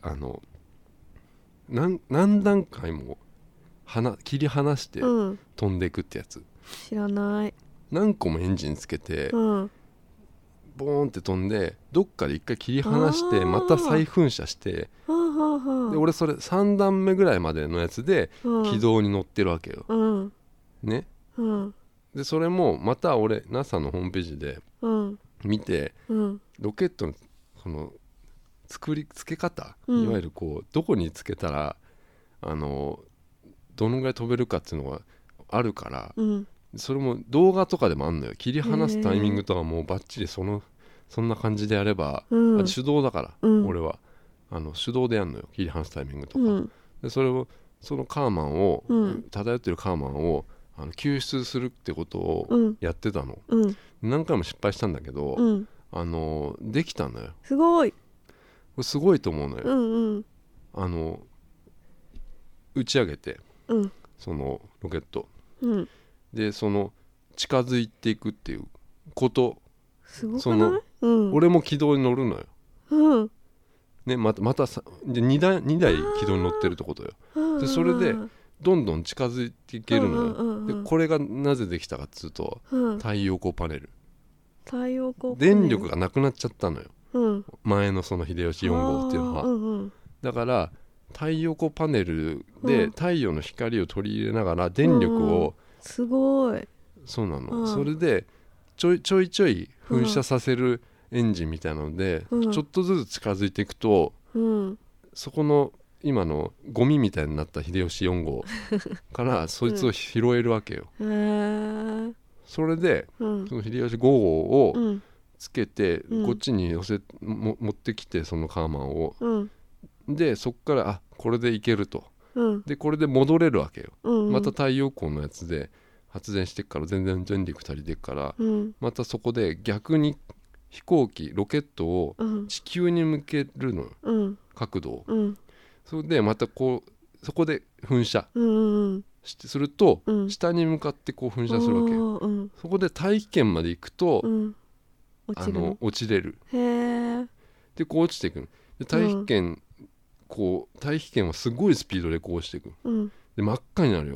何段階も切り離して飛んでいくってやつ、 知らない。 何個もエンジンつけて、ボーンって飛んでどっかで一回切り離してまた再噴射して、で俺それ3段目ぐらいまでのやつで軌道に乗ってるわけよ、ね、でそれもまた俺 NASA のホームページで見て、ロケットのその付け方、いわゆるこうどこにつけたらどのぐらい飛べるかっていうのがあるから、それも動画とかでもあんのよ。切り離すタイミングとかもバッチリそんな感じでやれば、手動だから、俺は手動でやんのよ、切り離すタイミングとか、でそのカーマンを、漂ってるカーマンを救出するってことをやってたの、何回も失敗したんだけど、できたのよ。 すごい、これすごいと思うのよ、打ち上げて、そのロケット、でその近づいていくっていうこと、 すごくない？ 俺も軌道に乗るのよ、ね、またで2台軌道に乗ってるってことよ、でそれでどんどん近づいていけるのよ、でこれがなぜできたかっつうと、太陽光パネル、電力がなくなっちゃったのよ、前のその秀吉4号っていうのは、だから太陽光パネルで太陽の光を取り入れながら電力を、 すごい、 そうなの、それでちょいちょい噴射させるエンジンみたいなので、ちょっとずつ近づいていくと、そこの今のゴミみたいになった秀吉4号からそいつを拾えるわけよ、それで、その秀吉5号をつけて、こっちに持ってきて、そのカーマンを、でそっからこれでいけると、でこれで戻れるわけよ、また太陽光のやつで発電してっから全然電力足りてっから、またそこで逆に飛行機ロケットを地球に向けるのよ、角度を、それでまたこうそこで噴射すると、下に向かってこう噴射するわけよ、そこで大気圏まで行くと、落ちれる、でこう落ちていくので、大気圏はすごいスピードでこう落ちていく、で真っ赤になるよ、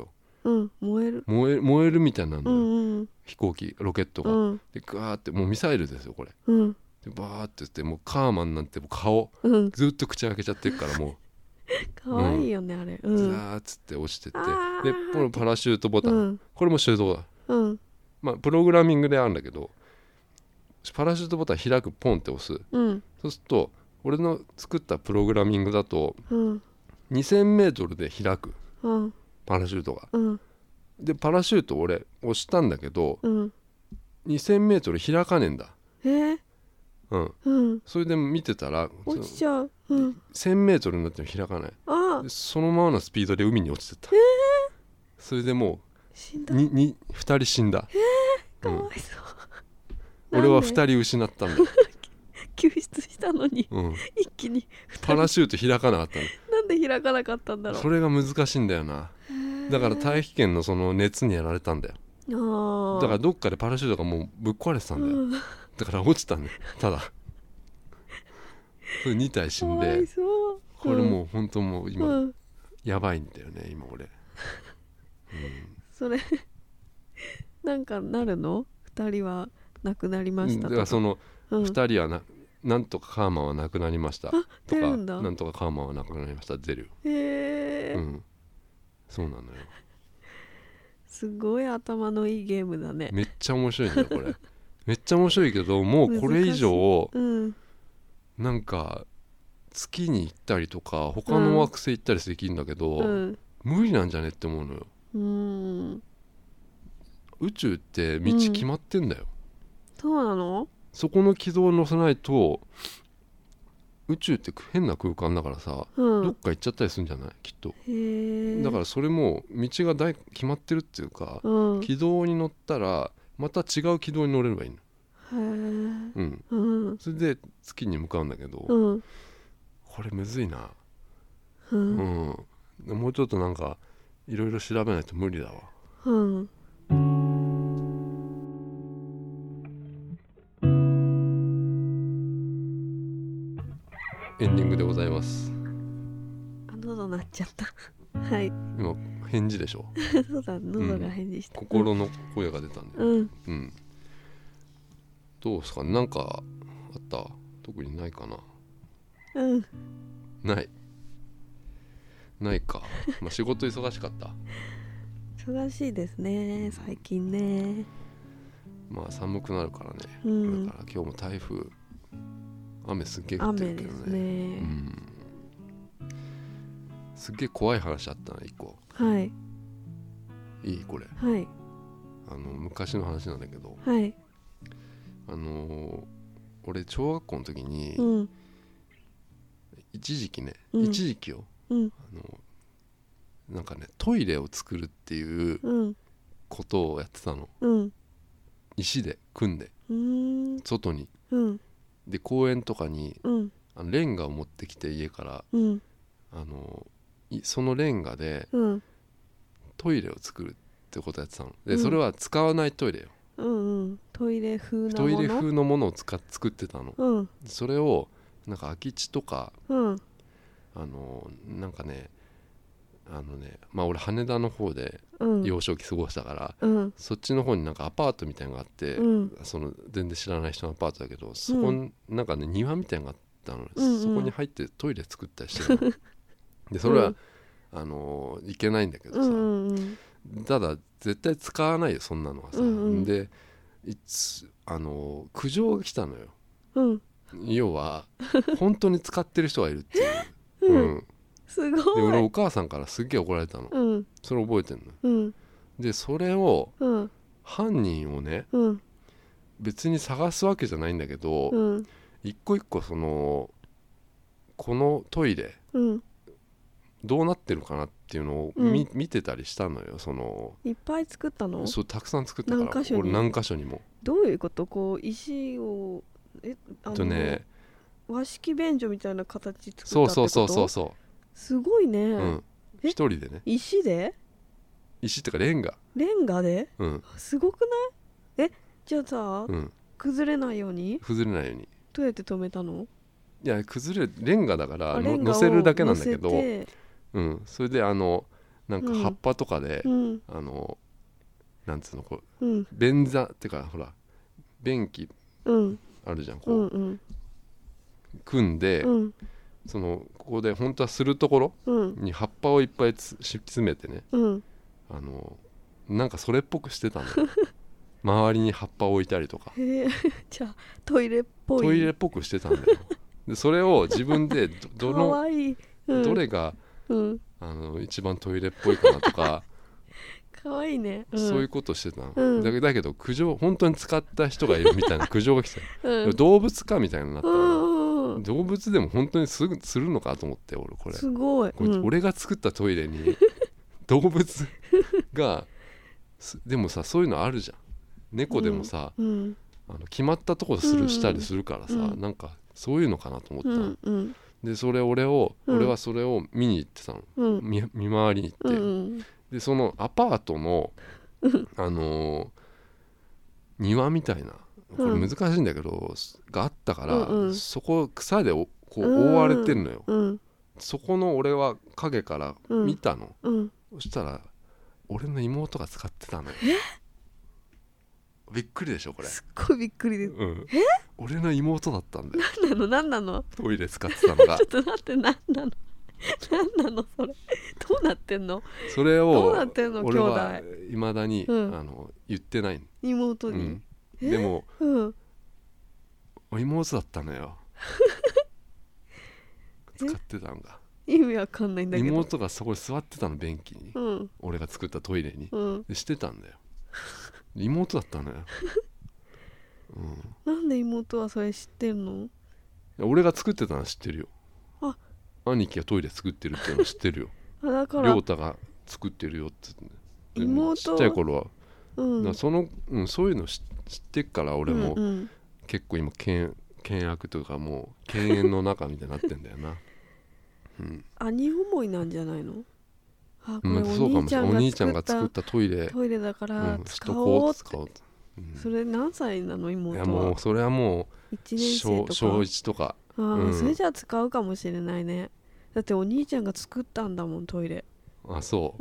燃えるみたいなのよ、飛行機ロケットが、でガーってもうミサイルですよこれ、でバーって言ってもうカーマンなんてもう顔、ずっと口開けちゃってるからもうかわいいよね、あれ、 ザーッつって落ちてって、でこのパラシュートボタン、これも手動だ、まあプログラミングであるんだけど、パラシュートボタン開くポンって押す、そうすると俺の作ったプログラミングだと、2000m で開く、パラシュートが、でパラシュート俺押したんだけど、2000m 開かねえんだ、それで見てたら落ちちゃう、 1000m になっても開かない、でそのままのスピードで海に落ちてった、それでもう2人死んだ、 かわいそう、 俺は2人失ったんだ救出したのに、一気にパラシュート開かなかったの。 なんで開かなかったんだろう。 それが難しいんだよな。だから大気圏のその熱にやられたんだよ。だからどっかでパラシュートがもうぶっ壊れてたんだよ、だから落ちたんだよ。ただそれ2体死んで、これもう本当もう今、やばいんだよね今俺、 それなんかなるの？2人は亡くなりましたとか、 だからその2人はなんとかカーマはなくなりましたとか、なんとかカーマはなくなりました出る。そうなのよ。 すごい頭のいいゲームだね。 めっちゃ面白いんだよこれめっちゃ面白いけど、もうこれ以上、なんか月に行ったりとか他の惑星行ったりできるんだけど、無理なんじゃねって思うのよ。宇宙って道決まってんだよ、 そうなの？ そこの軌道を乗せないと、宇宙って変な空間だからさ、どっか行っちゃったりするんじゃないきっと。だからそれも道が決まってるっていうか、軌道に乗ったらまた違う軌道に乗れればいいの。それで月に向かうんだけど、これむずいな。もうちょっとなんかいろいろ調べないと無理だわ。エンディングでございます。 喉鳴っちゃったはい。 今返事でしょそうだ、喉が返事した、 心の声が出たんだよ、どうですかね、なんかあった？特にないかな。ないかまあ仕事忙しかった忙しいですね最近ね。 まあ寒くなるからね、これから今日も台風、雨すっげえ降ってるけどね。すっげえ怖い話あったな一個。いいこれ。昔の話なんだけど、俺小学校の時に、一時期よ、なんかねトイレを作るっていうことをやってたの、石で組んで、外に、で公園とかに、レンガを持ってきて家から、そのレンガで、トイレを作るってことやってたので、それは使わないトイレよ、 トイレ風のものを作ってたの、それをなんか空き地とか、なんかねまあ俺羽田の方で幼少期過ごしたから、そっちの方になんかアパートみたいなのがあって、その全然知らない人のアパートだけど、そこになんかね庭みたいなのがあったの、そこに入ってトイレ作ったりしてたのでそれは、いけないんだけどさ、ただ絶対使わないよそんなのはさ、で苦情が来たのよ、要は本当に使ってる人がいるっていう、 すごい。 で俺お母さんからすっげえ怒られたの、それ覚えてんの、でそれを、犯人をね、別に探すわけじゃないんだけど、一個一個このトイレ、どうなってるかなっていうのを見てたりしたのよ。 いっぱい作ったの？ そうたくさん作ったから、俺何箇所にも。 どういうこと？こう石を和式便所みたいな形作ったってこと？ そうすごいね、 一人でね。 石ってかレンガで、すごくない？じゃあさ、崩れないようにどうやって止めたの？ いやレンガだから乗せるだけなんだけど、それでなんか葉っぱとかで、なんつうのこう、便座ってかほら便器あるじゃん、こう、組んで、そのここで本当はするところに葉っぱをいっぱい敷き詰めてね、なんかそれっぽくしてたんだよ周りに葉っぱを置いたりとか、 じゃあトイレっぽくしてたんだよでそれを自分でどれが、一番トイレっぽいかなとかかわいいね、 そういうことしてたの、だけど苦情、本当に使った人がいるみたいな苦情が来て、動物かみたいになったの、動物でも本当にするのかと思って、俺これすごい、 俺が作ったトイレに動物がでもさ、そういうのあるじゃん、猫でもさ、決まったとこしたりするからさ、なんかそういうのかなと思ったの、で俺はそれを見に行ってたの、見回りに行って、でそのアパートの庭みたいな、これ難しいんだけど、があったから、そこ草でこう覆われてんのよ、そこの俺は影から見たの、そしたら俺の妹が使ってたのよ。びっくりでしょこれ。 すっごいびっくりです、 俺の妹だったんだよ。 何なのトイレ使ってたのがちょっと待って、何なのそれ、どうなってんの。 それをどうなってんの俺は未だに、言ってない妹に、 でも、妹だったのよ使ってたのが。 意味わかんないんだけど、 妹がそこに座ってたの、便器に、俺が作ったトイレに、でしてたんだよ妹だったのよなんで妹はそれ知ってんの。 俺が作ってたのは知ってるよ。兄貴がトイレ作ってるっていうの知ってるよだから亮太が作ってるよって言って、ね、ちっちゃい頃は、そういうの知ってっから、俺も、結構今険悪というか、もう犬猿の中みたいになってんだよな兄思いなんじゃないの。これそうかもしれない。お兄ちゃんが作ったトイレだから使おうって、それ何歳なの妹は。 いやもうそれはもう 1年生とか小1とか、 それじゃあ使うかもしれないね。だってお兄ちゃんが作ったんだもん、トイレ。 あ、そう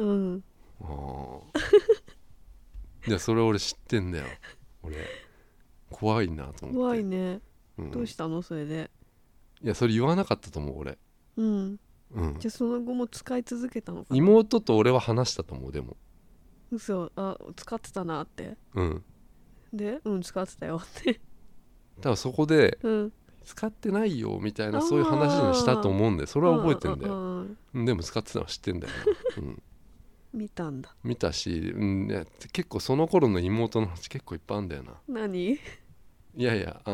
いやそれ俺知ってんだよ。俺怖いなと思って。 怖いね、どうしたのそれで。 いやそれ言わなかったと思う俺。 じゃあその後も使い続けたのかな。 妹と俺は話したと思う。でも嘘、使ってたなって。で使ってたよって多分そこで、使ってないよみたいな、そういう話にしたと思うんで、それは覚えてんだよ。でも使ってたのは知ってんだよな見たんだ。 見たし、結構その頃の妹の話結構いっぱいあるんだよな。 何。 いやいや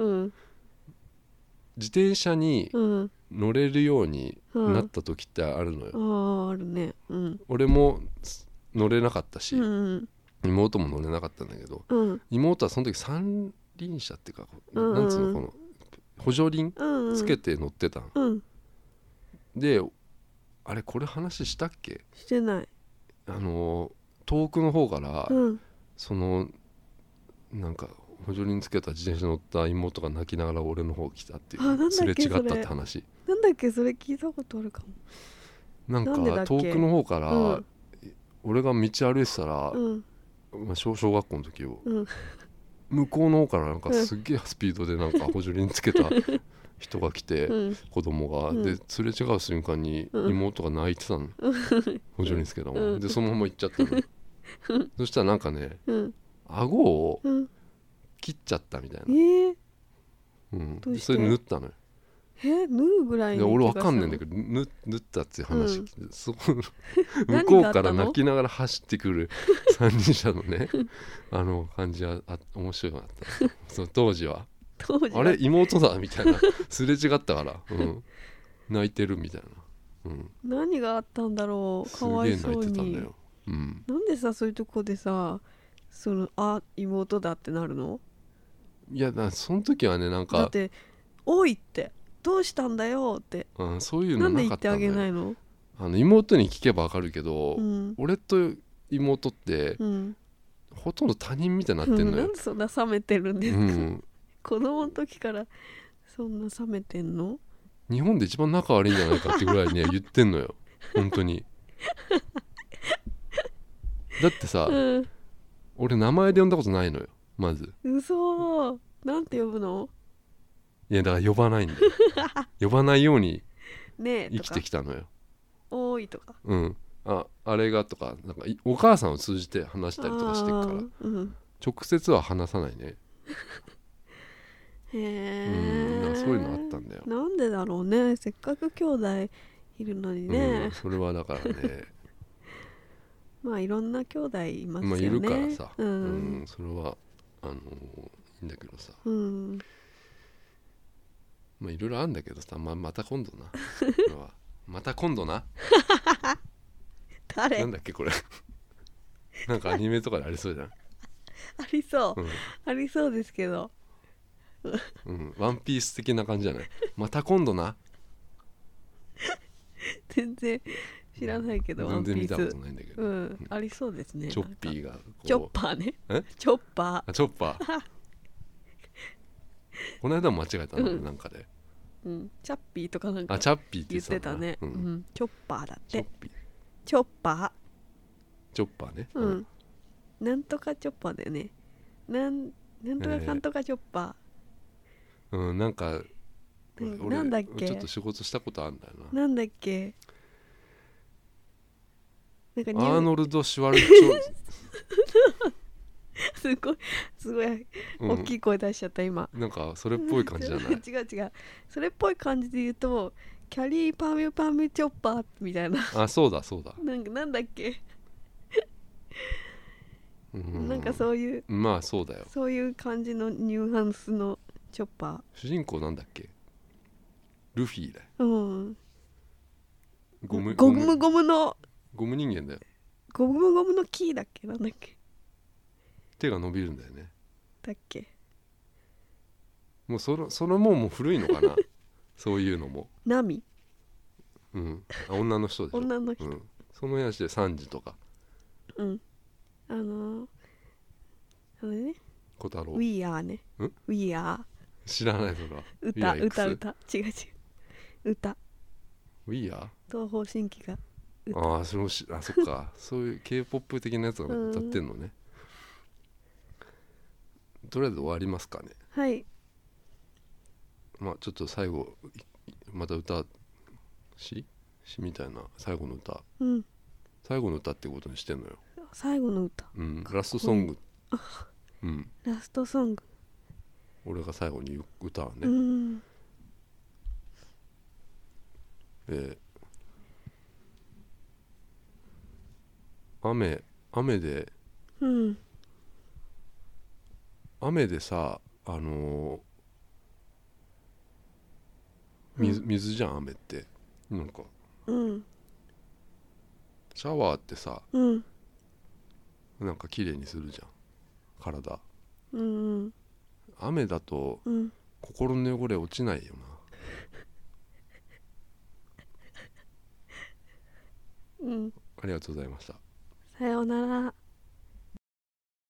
自転車に乗れるようになった時ってあるのよ。 あるね。 俺も乗れなかったし、妹も乗れなかったんだけど、妹はその時三輪車っていうか、なんつうの、この補助輪つけて乗ってたの、であれこれ話したっけ。 してない。遠くの方から、そのなんか補助輪つけた自転車乗った妹が泣きながら俺の方来たっていう、すれ違ったって話。 なんだっけそれ、聞いたことあるかも。 なんか遠くの方から、俺が道歩いてたら、小学校の時を、向こうの方からなんかすっげえスピードでなんか補助輪つけた人が来て、子供が、ですれ違う瞬間に妹が泣いてたの、補助輪つけたもん、でそのまま行っちゃったのそしたらなんかね、顎を切っちゃったみたいな、それ縫ったのよ。 縫うぐらいの。俺わかんないんだけど、縫ったっていう話、向こうから泣きながら走ってくる三輪車のね感じは面白かったその当時はあれ妹だみたいな、すれ違ったから、泣いてるみたいな、 何があったんだろう。かわいそうに。 すげえ泣いてたんだよ。 なんでさ、そういうとこでさ、妹だってなるの。 いやその時はね、なんかだっておいってどうしたんだよって、 そういうのなかったんだよ。 なんで言ってあげないの。 妹に聞けばわかるけど、俺と妹って、ほとんど他人みたいになってんのよ。 なんでそんな冷めてるんですか、子供の時からそんな冷めてんの。 日本で一番仲悪いんじゃないかってぐらいね言ってんのよ本当にだってさ、 うん、 俺名前で呼んだことないのよまず。 嘘。なんて呼ぶの？ いやだから呼ばないんだよ呼ばないようにねえ生きてきたのよ。 多いとか。 うんあれがとかなんかお母さんを通じて話したりとかしてるから、 うん、 直接は話さないね。 へえ、 だからそういうのあったんだよ。 なんでだろうね、せっかく兄弟いるのにね、 それはだからねまあいろんな兄弟いますよね、 まあいるからさ、 うん、 それはいいんだけどさ、 うん、 まあいろいろあるんだけどさ、また今度なこれはまた今度な誰？ なんだっけこれなんかアニメとかでありそうじゃん。 ありそう、 うん、 ありそうですけど、 ワンピース的な感じじゃないまた今度な。 全然知らないけど、 全然見たこワンピース、 とないんだけど、 ありそうですね。 チョッピーがこうチョッパーね、 えチョッパチョッパーこの間も間違えたの、なんかでー、チャッピーとかなんかチャッピーって言って言ってたんだたね、チョッパーだってチョッピーチョッパチョッパーね、 ー、なんとかチョッパーだよね、なんとかかんとかチョッパなんかー、なんだっけ、 ちょっと仕事したことあるんだよなんだっけ、なんかな。アーノルド・シュワルツすごい大きい声出しちゃった今、 なんかそれっぽい感じじゃない違うそれっぽい感じで言うとキャリーパミュパミュチョッパーみたいなそうだなんだっけなんかそういうまあそうだよ。 そういう感じのニュアンスのチョッパ主人公なんだっけ、ルフィだよ。 ー、 ゴムゴムゴムのゴム人間だよ。 ゴムゴムのキーだっけ、なんだっけ手が伸びるんだよね。 だっけ、 もうそのもう古いのかなそういうのも。 ナミ、 女の人でしょ。 女の人、 そのやつでサンジとかあれね、 小太郎 We Are ね、We Are、 知らないそれは。 歌違う歌 We Are？ 東方神起がそっかそういう K-POP 的なやつが歌ってんのね。とりあえず終わりますかね。 はい、 まあちょっと最後また歌しみたいな最後の歌、最後の歌ってことにしてんのよ。 最後の歌、 ラストソング、 ラストソング、 俺が最後に歌うね。雨でさ水じゃん雨って。なんかシャワーってさ、なんか綺麗にするじゃん体。雨だと心の汚れ落ちないよな。ありがとうございました。 さようなら。